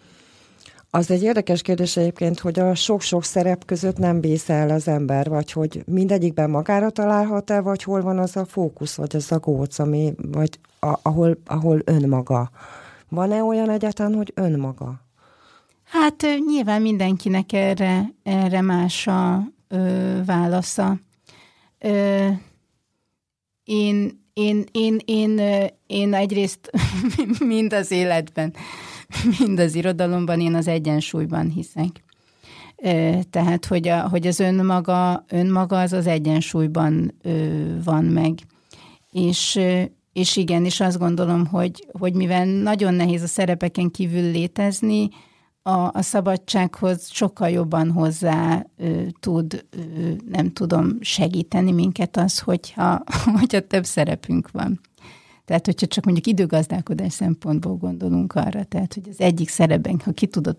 Az egy érdekes kérdés egyébként, hogy a sok-sok szerep között nem vész el az ember, vagy hogy mindegyikben magára találhat-e, vagy hol van az a fókusz, vagy az a góc, ami, vagy a, ahol, ahol önmaga. Van-e olyan egyáltalán, hogy önmaga? Hát nyilván mindenkinek erre, erre más a ö, válasza. Ö, én, én, én, én, én egyrészt mind az életben, mind az irodalomban én az egyensúlyban hiszek. Tehát, hogy, a, hogy az önmaga, önmaga az az egyensúlyban van meg. És, és igen, és azt gondolom, hogy, hogy mivel nagyon nehéz a szerepeken kívül létezni, a, a szabadsághoz sokkal jobban hozzá tud, nem tudom, segíteni minket az, hogyha, hogyha több szerepünk van. Tehát, hogyha csak mondjuk időgazdálkodás szempontból gondolunk arra, tehát, hogy az egyik szerepben, ha ki tudod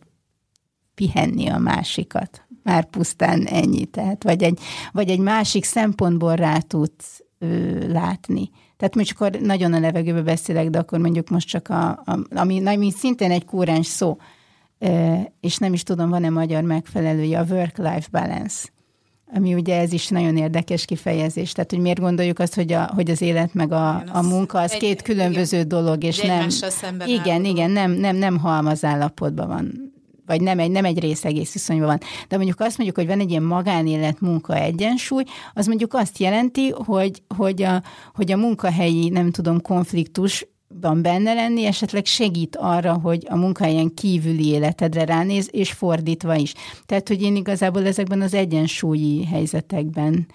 pihenni a másikat, már pusztán ennyi, tehát, vagy egy, vagy egy másik szempontból rá tudsz ö, látni. Tehát mondjuk akkor nagyon a levegőbe beszélek, de akkor mondjuk most csak a, a ami, ami szintén egy kúrens szó, ö, és nem is tudom, van-e magyar megfelelője, a work-life balance, ami ugye ez is nagyon érdekes kifejezés. Tehát, hogy miért gondoljuk azt, hogy, a, hogy az élet meg a, igen, a munka az egy, két különböző igen, dolog, és nem... Igen, igen, nem, nem, nem halmazállapotban van, vagy nem egy, nem egy részegész viszonyban van. De mondjuk azt mondjuk, hogy van egy ilyen magánélet-munka egyensúly, az mondjuk azt jelenti, hogy, hogy, a, hogy a munkahelyi, nem tudom, konfliktus van benne lenni, esetleg segít arra, hogy a munkahelyen kívüli életedre ránéz, és fordítva is. Tehát, hogy én igazából ezekben az egyensúlyi helyzetekben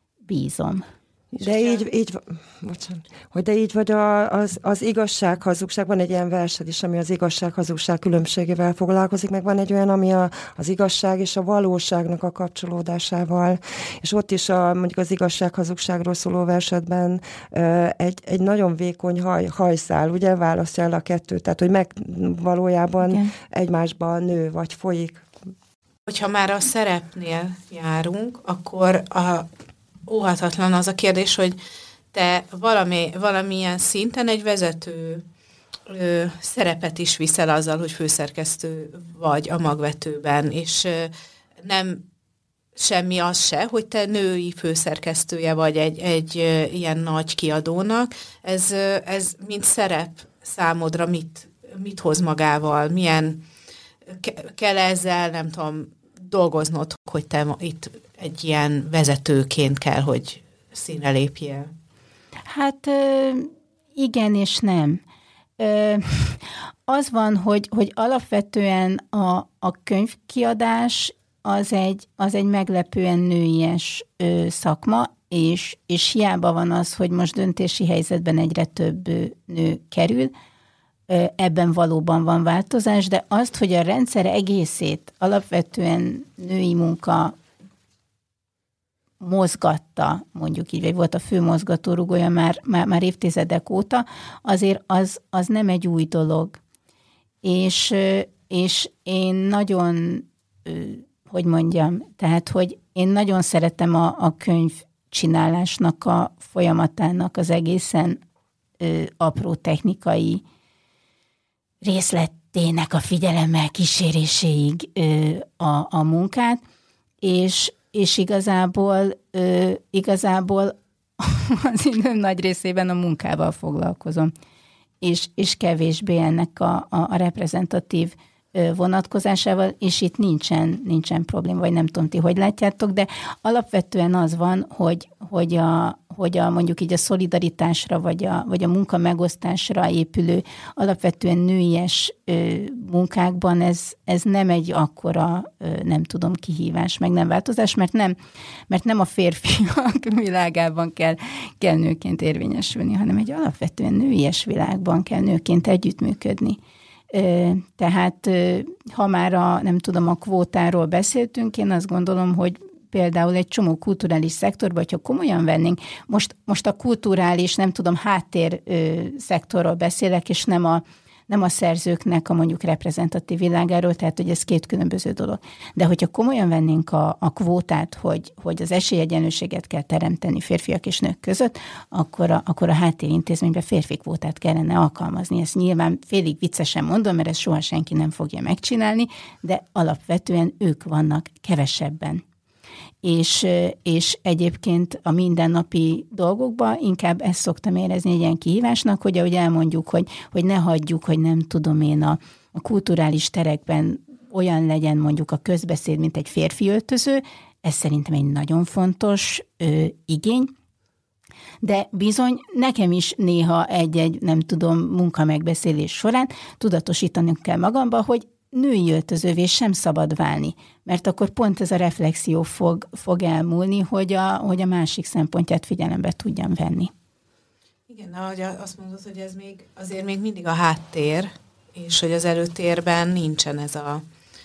bízom. De így, így, bocsánat, hogy de így vagy a, az, az igazság-hazugság, van egy ilyen versed is, ami az igazság-hazugság különbségével foglalkozik, meg van egy olyan, ami a, az igazság és a valóságnak a kapcsolódásával, és ott is a, mondjuk az igazság-hazugságról szóló versedben egy, egy nagyon vékony haj, hajszál, ugye választja el a kettőt, tehát hogy meg valójában igen, egymásban nő, vagy folyik. Hogyha már a szerepnél járunk, akkor a óhatatlan az a kérdés, hogy te valami, valamilyen szinten egy vezető ö, szerepet is viszel azzal, hogy főszerkesztő vagy a Magvetőben, és ö, nem semmi az se, hogy te női főszerkesztője vagy egy, egy ö, ilyen nagy kiadónak. Ez, ö, ez mint szerep számodra mit, mit hoz magával? Milyen ke- kell ezzel, nem tudom, dolgoznod, hogy te itt egy ilyen vezetőként kell, hogy színre lépjél? Hát igen és nem. Az van, hogy, hogy alapvetően a, a könyvkiadás az egy, az egy meglepően nőies szakma, és, és hiába van az, hogy most döntési helyzetben egyre több nő kerül, ebben valóban van változás, de azt, hogy a rendszer egészét alapvetően női munka mozgatta, mondjuk így, vagy volt a fő mozgatórugója már, már, már évtizedek óta, azért az, az nem egy új dolog. És, és én nagyon, hogy mondjam, tehát, hogy én nagyon szeretem a, a könyvcsinálásnak a folyamatának az egészen ö, apró technikai részletének a figyelemmel kíséréséig ö, a, a munkát, és és igazából, ö, igazából az időm nagy részében a munkával foglalkozom, és, és kevésbé ennek a, a, a reprezentatív ö, vonatkozásával, és itt nincsen, nincsen probléma, vagy nem tudom ti, hogy látjátok, de alapvetően az van, hogy, hogy, a, hogy a, mondjuk így a szolidaritásra, vagy a, vagy a munka megosztásra épülő alapvetően nőies ö, munkákban ez, ez nem egy akkora, ö, nem tudom, kihívás, meg nem változás, mert nem, mert nem a férfiak világában kell, kell nőként érvényesülni, hanem egy alapvetően nőies világban kell nőként együttműködni. Ö, tehát ö, ha már a, nem tudom, a kvótáról beszéltünk, én azt gondolom, hogy például egy csomó kulturális szektorban, hogyha komolyan vennénk, most, most a kulturális, nem tudom, háttér ö, szektorról beszélek, és nem a nem a szerzőknek a mondjuk reprezentatív világáról, tehát hogy ez két különböző dolog. De hogyha komolyan vennénk a, a kvótát, hogy, hogy az esélyegyenlőséget kell teremteni férfiak és nők között, akkor a, akkor a háttérintézményben férfi kvótát kellene alkalmazni. Ezt nyilván félig viccesen mondom, mert ezt soha senki nem fogja megcsinálni, de alapvetően ők vannak kevesebben. És, és egyébként a mindennapi dolgokban inkább ezt szoktam érezni egy ilyen kihívásnak, hogy ahogy elmondjuk, hogy, hogy ne hagyjuk, hogy nem tudom én a, a kulturális terekben olyan legyen mondjuk a közbeszéd, mint egy férfi öltöző, ez szerintem egy nagyon fontos ö, igény, de bizony nekem is néha egy-egy, nem tudom, munkamegbeszélés során tudatosítani kell magamba, hogy női öltözővé sem szabad válni, mert akkor pont ez a reflexió fog, fog elmúlni, hogy a, hogy a másik szempontját figyelembe tudjam venni. Igen, ahogy azt mondod, hogy ez még azért még mindig a háttér, és hogy az előtérben nincsen ez a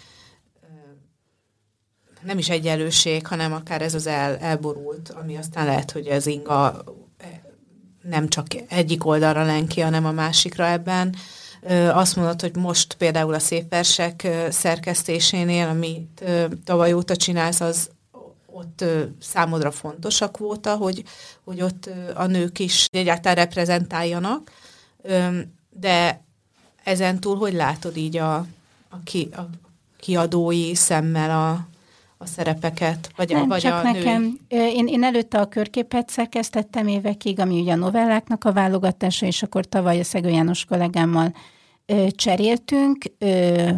nem is egyenlőség, hanem akár ez az el, elborult, ami aztán lehet, hogy az inga nem csak egyik oldalra len ki, hanem a másikra ebben. Azt mondod, hogy most például a szép versek szerkesztésénél, amit tavaly óta csinálsz, az ott számodra fontos a kvóta, hogy, hogy ott a nők is egyáltalán reprezentáljanak, de ezen túl hogy látod így a, a, ki, a kiadói szemmel a, a szerepeket? Vagy Nem, a, vagy csak a nekem. Én, én előtte a körképet szerkesztettem évekig, ami ugye a novelláknak a válogatása, és akkor tavaly a Szegő János kollégámmal ö, cseréltünk ö,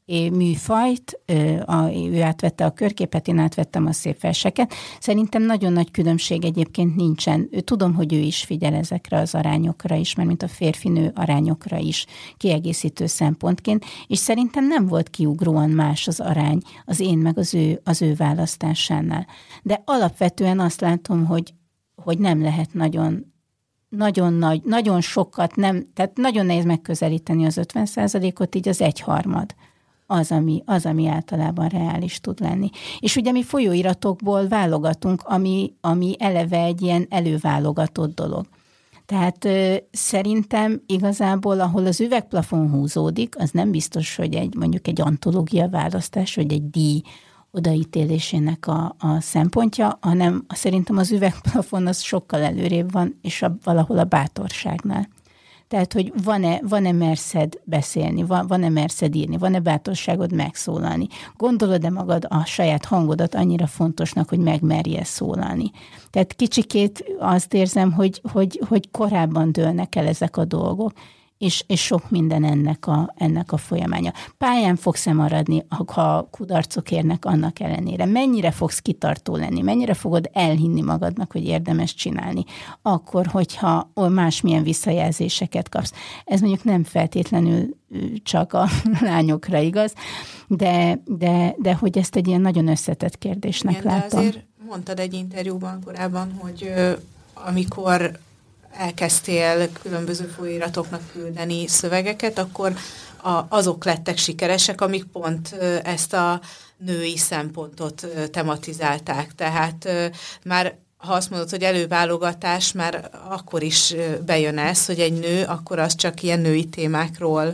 műfajt, ö, a, ő átvette a körképet, én átvettem a szép verseket. Szerintem nagyon nagy különbség egyébként nincsen. Tudom, hogy ő is figyel ezekre az arányokra is, mert mint a férfi-nő arányokra is kiegészítő szempontként, és szerintem nem volt kiugróan más az arány az én meg az ő, az ő választásánál. De alapvetően azt látom, hogy, hogy nem lehet nagyon nagyon nagy, nagyon sokat nem, tehát nagyon nehéz megközelíteni az ötven százalékot, így az egyharmad. Az ami, az, ami általában reális tud lenni. És ugye mi folyóiratokból válogatunk, ami, ami eleve egy ilyen előválogatott dolog. Tehát ö, szerintem igazából, ahol az üvegplafon húzódik, az nem biztos, hogy egy mondjuk egy antológia választás, vagy egy díj odaítélésének a, a szempontja, hanem szerintem az üvegplafon az sokkal előrébb van, és a, valahol a bátorságnál. Tehát, hogy van-e, van-e merszed beszélni, van, van-e merszed írni, van-e bátorságod megszólalni. Gondolod-e magad a saját hangodat annyira fontosnak, hogy megmerje szólalni. Tehát kicsikét azt érzem, hogy, hogy, hogy korábban dőlnek el ezek a dolgok, és, és sok minden ennek a, ennek a folyamánya. Pályán fogsz-e maradni, ha kudarcok érnek annak ellenére? Mennyire fogsz kitartó lenni? Mennyire fogod elhinni magadnak, hogy érdemes csinálni? Akkor, hogyha másmilyen visszajelzéseket kapsz. Ez mondjuk nem feltétlenül csak a lányokra igaz, de, de, de hogy ezt egy ilyen nagyon összetett kérdésnek igen, látom. De azért mondtad egy interjúban korábban, hogy ö, amikor elkezdtél különböző folyóiratoknak küldeni szövegeket, akkor a, azok lettek sikeresek, amik pont ezt a női szempontot tematizálták. Tehát már, ha azt mondod, hogy előválogatás, már akkor is bejön ez, hogy egy nő, akkor az csak ilyen női témákról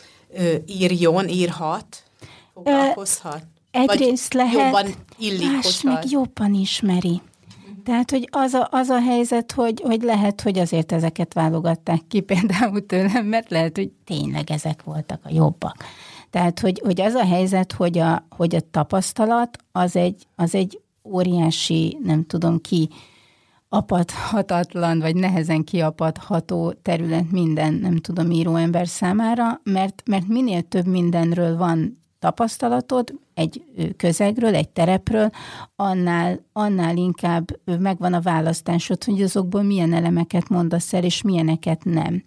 írjon, írhat, foglalkozhat. Egyrészt lehet, jobban illik, más meg jobban ismeri. Tehát, hogy az a, az a helyzet, hogy, hogy lehet, hogy azért ezeket válogatták ki például tőlem, mert lehet, hogy tényleg ezek voltak a jobbak. Tehát, hogy, hogy az a helyzet, hogy a, hogy a tapasztalat az egy, az egy óriási, nem tudom ki, apadhatatlan, vagy nehezen kiapadható terület minden, nem tudom, íróember számára, mert, mert minél több mindenről van tapasztalatod, egy közegről, egy terepről, annál, annál inkább megvan a választásod, hogy azokból milyen elemeket mondasz el, és milyeneket nem.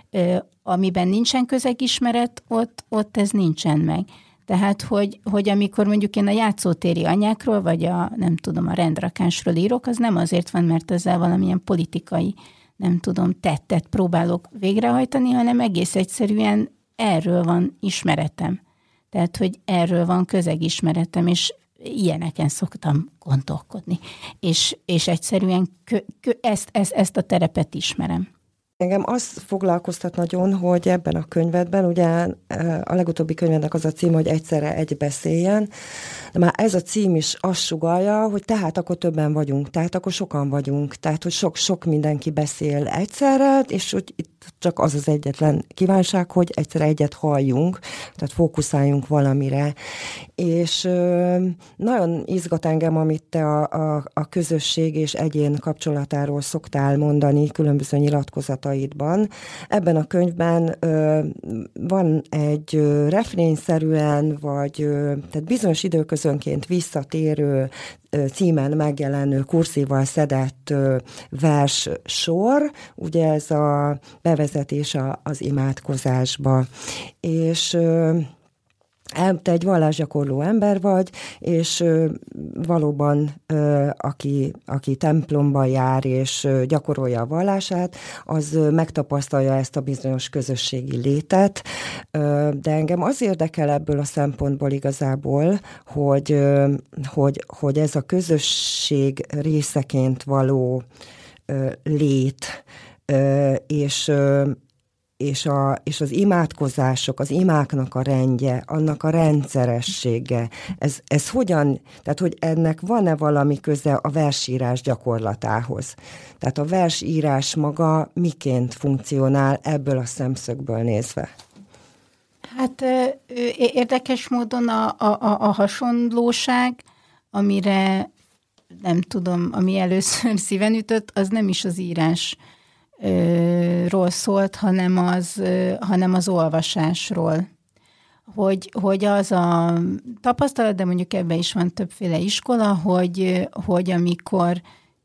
Amiben nincsen közegismeret, ott, ott ez nincsen meg. Tehát, hogy, hogy amikor mondjuk én a játszótéri anyákról, vagy a, nem tudom, a rendrakásról írok, az nem azért van, mert ezzel valamilyen politikai, nem tudom, tettet próbálok végrehajtani, hanem egész egyszerűen erről van ismeretem. Tehát, hogy erről van közegismeretem, és ilyeneken szoktam gondolkodni. És, és egyszerűen kö, kö, ezt, ezt, ezt a terepet ismerem. Engem az foglalkoztat nagyon, hogy ebben a könyvedben, ugye a legutóbbi könyvednek az a cím, hogy egyszerre egy beszéljen, de már ez a cím is azt sugallja, hogy tehát akkor többen vagyunk, tehát akkor sokan vagyunk, tehát hogy sok-sok mindenki beszél egyszerre, és hogy itt csak az az egyetlen kívánság, hogy egyszerre egyet halljunk, tehát fókuszáljunk valamire. És ö, nagyon izgat engem, amit te a, a, a közösség és egyén kapcsolatáról szoktál mondani különböző nyilatkozataidban. Ebben a könyvben ö, van egy ö, refrényszerűen, vagy ö, tehát bizonyos időközönként visszatérő címen megjelenő kurszívval szedett vers sor, ugye ez a bevezetés az imádkozásba. És te egy vallásgyakorló ember vagy, és valóban aki, aki templomba jár és gyakorolja a vallását, az megtapasztalja ezt a bizonyos közösségi létet, de engem az érdekel ebből a szempontból igazából, hogy, hogy, hogy ez a közösség részeként való lét, és És, a, és az imádkozások, az imáknak a rendje, annak a rendszeressége, ez, ez hogyan, tehát hogy ennek van-e valami köze a versírás gyakorlatához? Tehát a versírás maga miként funkcionál ebből a szemszögből nézve? Hát érdekes módon a, a, a hasonlóság, amire nem tudom, ami először szíven ütött, az nem is az írás ról szólt, hanem az, hanem az olvasásról. Hogy, hogy az a tapasztalat, de mondjuk ebben is van többféle iskola, hogy, hogy amikor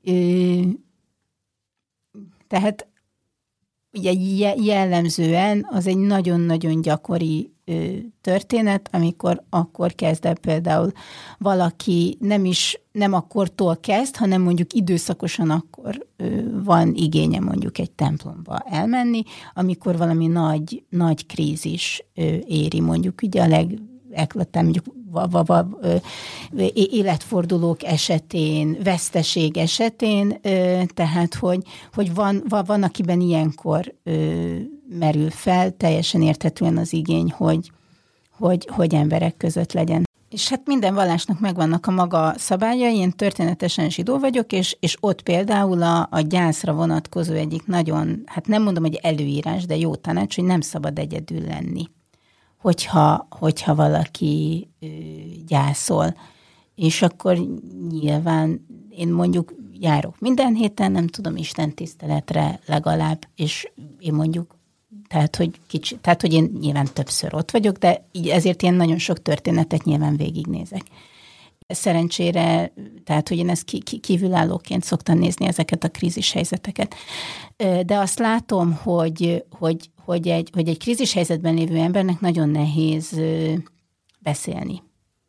tehát ugye jellemzően az egy nagyon-nagyon gyakori történet, amikor akkor kezd el például valaki nem is, nem akkortól kezd, hanem mondjuk időszakosan akkor van igénye mondjuk egy templomba elmenni, amikor valami nagy, nagy krízis éri mondjuk ugye a legeklatán, mondjuk va, va, va, életfordulók esetén, veszteség esetén, tehát hogy, hogy van, van, akiben ilyenkor merül fel, teljesen érthetően az igény, hogy, hogy, hogy emberek között legyen. És hát minden vallásnak megvannak a maga szabályai, én történetesen zsidó vagyok, és, és ott például a, a gyászra vonatkozó egyik nagyon, hát nem mondom, hogy előírás, de jó tanács, hogy nem szabad egyedül lenni, hogyha, hogyha valaki ö, gyászol. És akkor nyilván én mondjuk járok minden héten, nem tudom, Isten tiszteletre legalább, és én mondjuk Tehát hogy, kicsi, tehát, hogy én nyilván többször ott vagyok, de így ezért én nagyon sok történetet nyilván végignézek. Szerencsére, tehát, hogy én ezt kívülállóként szoktam nézni ezeket a krízis helyzeteket. De azt látom, hogy, hogy, hogy, egy, hogy egy krízis helyzetben lévő embernek nagyon nehéz beszélni.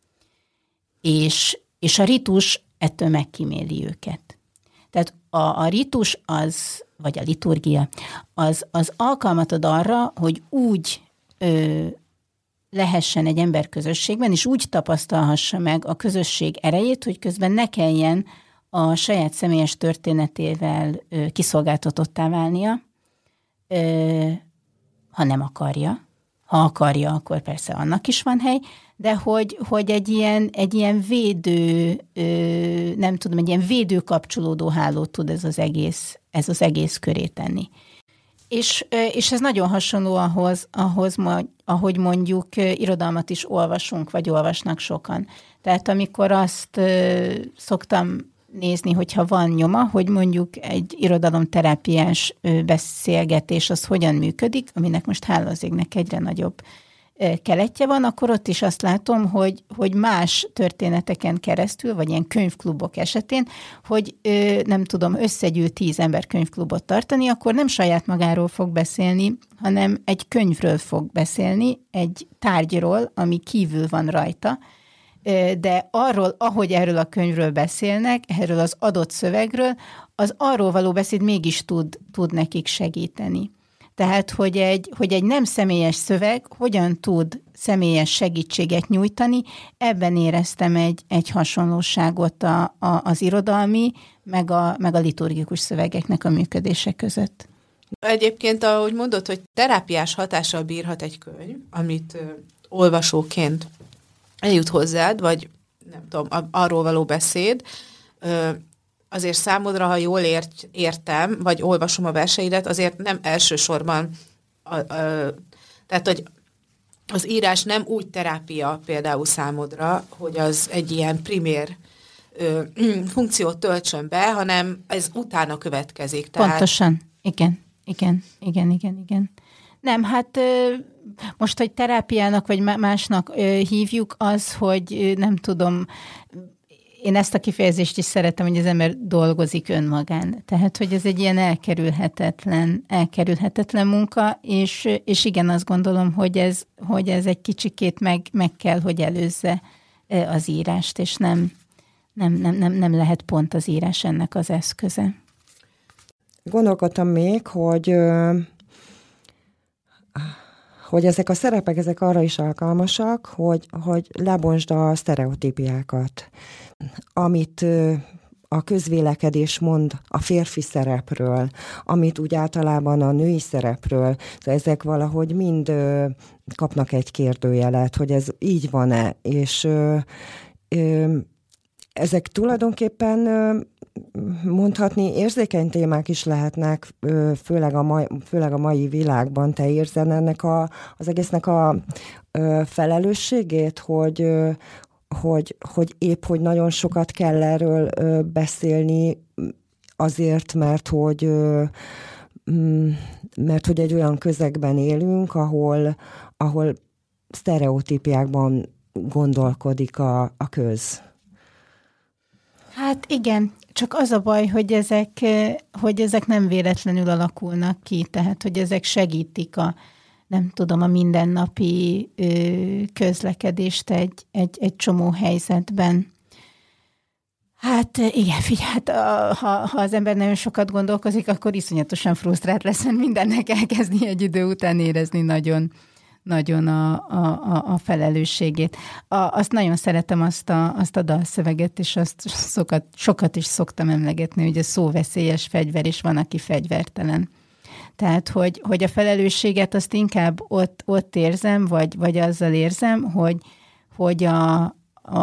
És, és a ritus ettől megkíméli őket. Tehát a, a ritus az, vagy a liturgia, az, az alkalmat ad arra, hogy úgy ö, lehessen egy ember közösségben, és úgy tapasztalhassa meg a közösség erejét, hogy közben ne kelljen a saját személyes történetével ö, kiszolgáltatottá válnia, ö, ha nem akarja. Ha akarja, akkor persze annak is van hely, de hogy, hogy egy, ilyen, egy ilyen védő, ö, nem tudom, egy ilyen védő kapcsolódó hálót tud ez az egész, ez az egész köré tenni. És, és ez nagyon hasonló ahhoz, ahhoz, ahogy mondjuk irodalmat is olvasunk, vagy olvasnak sokan. Tehát amikor azt ö, szoktam nézni, hogyha van nyoma, hogy mondjuk egy irodalomterápiás beszélgetés az hogyan működik, aminek most hála az égnek egyre nagyobb keletje van, akkor ott is azt látom, hogy, hogy más történeteken keresztül, vagy ilyen könyvklubok esetén, hogy nem tudom, összegyűl tíz ember könyvklubot tartani, akkor nem saját magáról fog beszélni, hanem egy könyvről fog beszélni, egy tárgyról, ami kívül van rajta, de arról, ahogy erről a könyvről beszélnek, erről az adott szövegről, az arról való beszéd mégis tud, tud nekik segíteni. Tehát, hogy egy, hogy egy nem személyes szöveg hogyan tud személyes segítséget nyújtani, ebben éreztem egy, egy hasonlóságot a, a, az irodalmi, meg a, meg a liturgikus szövegeknek a működése között. Egyébként, ahogy mondod, hogy terápiás hatással bírhat egy könyv, amit ö, olvasóként eljut hozzád, vagy nem tudom, arról való beszéd, ö, azért számodra, ha jól ért, értem, vagy olvasom a verseidet, azért nem elsősorban, a, a, tehát, hogy az írás nem úgy terápia például számodra, hogy az egy ilyen primér ö, funkciót töltsön be, hanem ez utána következik. Tehát... Pontosan, igen, igen, igen, igen, igen. Nem, hát most, hogy terápiának, vagy másnak hívjuk, az, hogy nem tudom, én ezt a kifejezést is szeretem, hogy az ember dolgozik önmagán. Tehát, hogy ez egy ilyen elkerülhetetlen, elkerülhetetlen munka, és, és igen, azt gondolom, hogy ez, hogy ez egy kicsikét meg, meg kell, hogy előzze az írást, és nem, nem, nem, nem, nem lehet pont az írás ennek az eszköze. Gondolkodtam még, hogy, hogy ezek a szerepek, ezek arra is alkalmasak, hogy, hogy lebontsd a sztereotípiákat, amit a közvélekedés mond a férfi szerepről, amit úgy általában a női szerepről, ezek valahogy mind kapnak egy kérdőjelet, hogy ez így van-e, és ezek tulajdonképpen mondhatni érzékeny témák is lehetnek, főleg a mai, főleg a mai világban. Te érzed ennek a, az egésznek a felelősségét, hogy, hogy, hogy épp, hogy nagyon sokat kell erről beszélni azért, mert hogy, mert hogy egy olyan közegben élünk, ahol, ahol sztereotípiákban gondolkodik a, a köz. Hát igen, csak az a baj, hogy ezek, hogy ezek nem véletlenül alakulnak ki, tehát hogy ezek segítik a, nem tudom, a mindennapi közlekedést egy, egy, egy csomó helyzetben. Hát igen, figyelj, hát, ha, ha az ember nagyon sokat gondolkozik, akkor iszonyatosan frusztrált lesz, mindennek elkezdi egy idő után érezni nagyon, nagyon a, a, a felelősségét. A, azt nagyon szeretem, azt a, azt a dalszöveget, és azt sokat, sokat is szoktam emlegetni, hogy a szóveszélyes fegyver, és van, aki fegyvertelen. Tehát, hogy, hogy a felelősséget azt inkább ott, ott érzem, vagy, vagy azzal érzem, hogy, hogy a, a,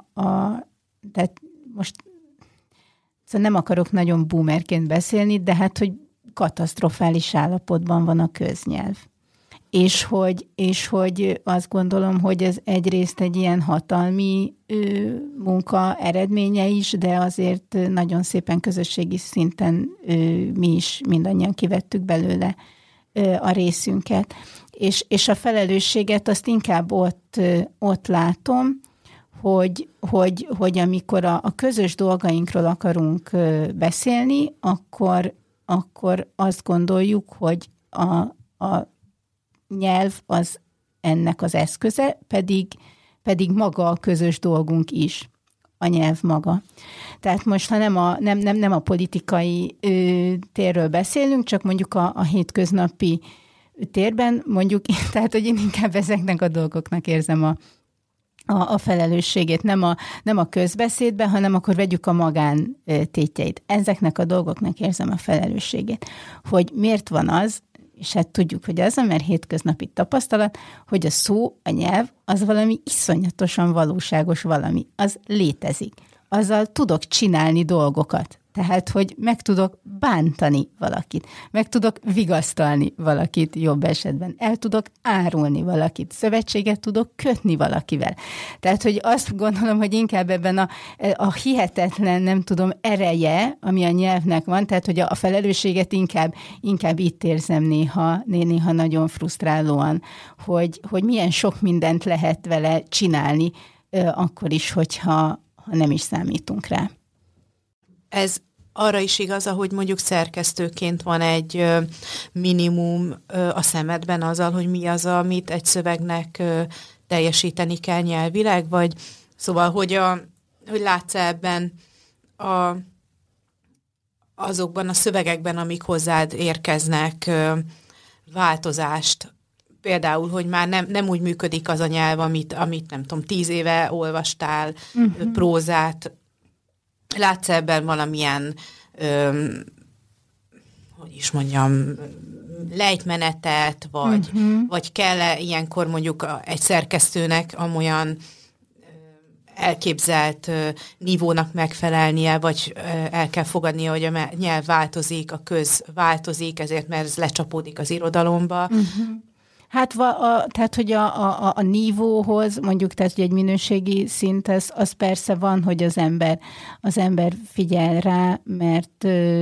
a tehát most szóval nem akarok nagyon boomerként beszélni, de hát, hogy katasztrofális állapotban van a köznyelv. És hogy, és hogy azt gondolom, hogy ez egyrészt egy ilyen hatalmi ö, munka eredménye is, de azért nagyon szépen közösségi szinten ö, mi is mindannyian kivettük belőle ö, a részünket. És, és a felelősséget azt inkább ott, ö, ott látom, hogy, hogy, hogy amikor a, a közös dolgainkról akarunk ö, beszélni, akkor, akkor azt gondoljuk, hogy a, a nyelv az ennek az eszköze, pedig, pedig maga a közös dolgunk is, a nyelv maga. Tehát most, ha nem a, nem, nem, nem a politikai ö, térről beszélünk, csak mondjuk a, a hétköznapi térben, mondjuk, tehát, hogy én inkább ezeknek a dolgoknak érzem a, a, a felelősségét, nem a, nem a közbeszédben, hanem akkor vegyük a magán tétjeit. Ezeknek a dolgoknak érzem a felelősségét. Hogy miért van az, és hát tudjuk, hogy az, mert hétköznapi tapasztalat, hogy a szó, a nyelv, az valami iszonyatosan valóságos valami. Az létezik. Azzal tudok csinálni dolgokat. Tehát, hogy meg tudok bántani valakit, meg tudok vigasztalni valakit jobb esetben, el tudok árulni valakit, szövetséget tudok kötni valakivel. Tehát, hogy azt gondolom, hogy inkább ebben a, a hihetetlen, nem tudom, ereje, ami a nyelvnek van, tehát, hogy a felelősséget inkább, inkább itt érzem néha, néha nagyon frusztrálóan, hogy, hogy milyen sok mindent lehet vele csinálni, akkor is, hogyha ha nem is számítunk rá. Ez arra is igaz, ahogy mondjuk szerkesztőként van egy ö, minimum ö, a szemedben azzal, hogy mi az, amit egy szövegnek ö, teljesíteni kell nyelvileg, vagy szóval, hogy, a, hogy látsz ebben a, azokban a szövegekben, amik hozzád érkeznek, ö, változást, például, hogy már nem, nem úgy működik az a nyelv, amit, amit nem tudom, tíz éve olvastál, uh-huh. prózát. Látsz ebben valamilyen, öm, hogy is mondjam, lejtmenetet, vagy, uh-huh. vagy kell-e ilyenkor mondjuk egy szerkesztőnek amolyan elképzelt nívónak megfelelnie, vagy el kell fogadnia, hogy a nyelv változik, a köz változik, ezért mert ez lecsapódik az irodalomba. Uh-huh. Hát va, a, tehát, hogy a, a, a nívóhoz, mondjuk, tehát, hogy egy minőségi szint, az, az persze van, hogy az ember, az ember figyel rá, mert,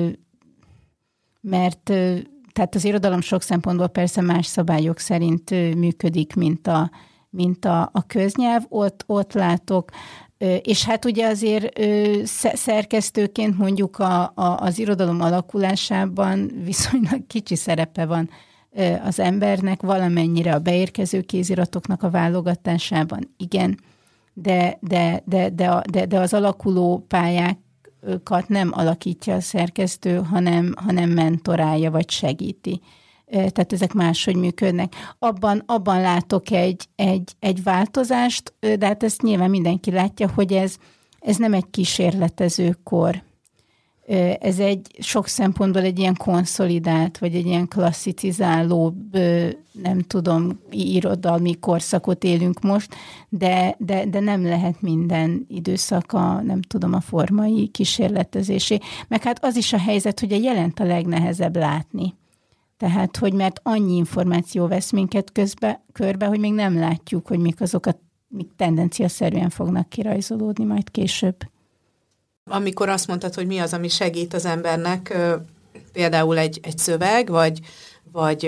mert tehát az irodalom sok szempontból persze más szabályok szerint működik, mint a, mint a, a köznyelv, ott, ott látok, és hát ugye azért szerkesztőként mondjuk a, a, az irodalom alakulásában viszonylag kicsi szerepe van az embernek, valamennyire a beérkező kéziratoknak a válogatásában, igen, de, de, de, de, de, de az alakuló pályákat nem alakítja a szerkesztő, hanem, hanem mentorálja vagy segíti. Tehát ezek máshogy működnek. Abban, abban látok egy, egy, egy változást, de hát ezt nyilván mindenki látja, hogy ez, ez nem egy kísérletező kor. Ez egy sok szempontból egy ilyen konszolidált, vagy egy ilyen klasszicizálóbb, nem tudom, irodalmi korszakot élünk most, de, de, de nem lehet minden időszak a, nem tudom, a formai kísérletezésé. Meg hát az is a helyzet, hogy a jelent a legnehezebb látni. Tehát, hogy mert annyi információ vesz minket közbe, körbe, hogy még nem látjuk, hogy mik azok, a, mik tendenciaszerűen fognak kirajzolódni majd később. Amikor azt mondtad, hogy mi az, ami segít az embernek, például egy, egy szöveg, vagy, vagy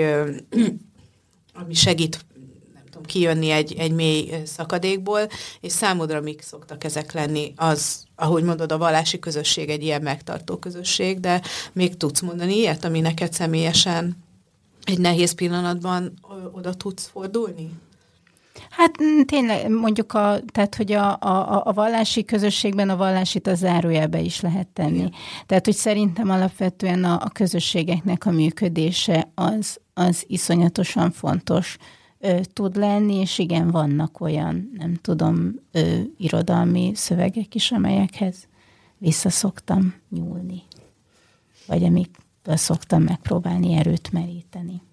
ami segít, nem tudom, kijönni egy, egy mély szakadékból, és számodra mik szoktak ezek lenni? Az, ahogy mondod, a vallási közösség egy ilyen megtartó közösség, de még tudsz mondani ilyet, ami neked személyesen egy nehéz pillanatban oda tudsz fordulni? Hát tényleg mondjuk, a, tehát, hogy a, a, a vallási közösségben a vallásit a zárójelbe is lehet tenni. Igen. Tehát, hogy szerintem alapvetően a, a közösségeknek a működése az, az iszonyatosan fontos ö, tud lenni, és igen, vannak olyan, nem tudom, ö, irodalmi szövegek is, amelyekhez visszaszoktam nyúlni. Vagy amikből szoktam megpróbálni erőt meríteni.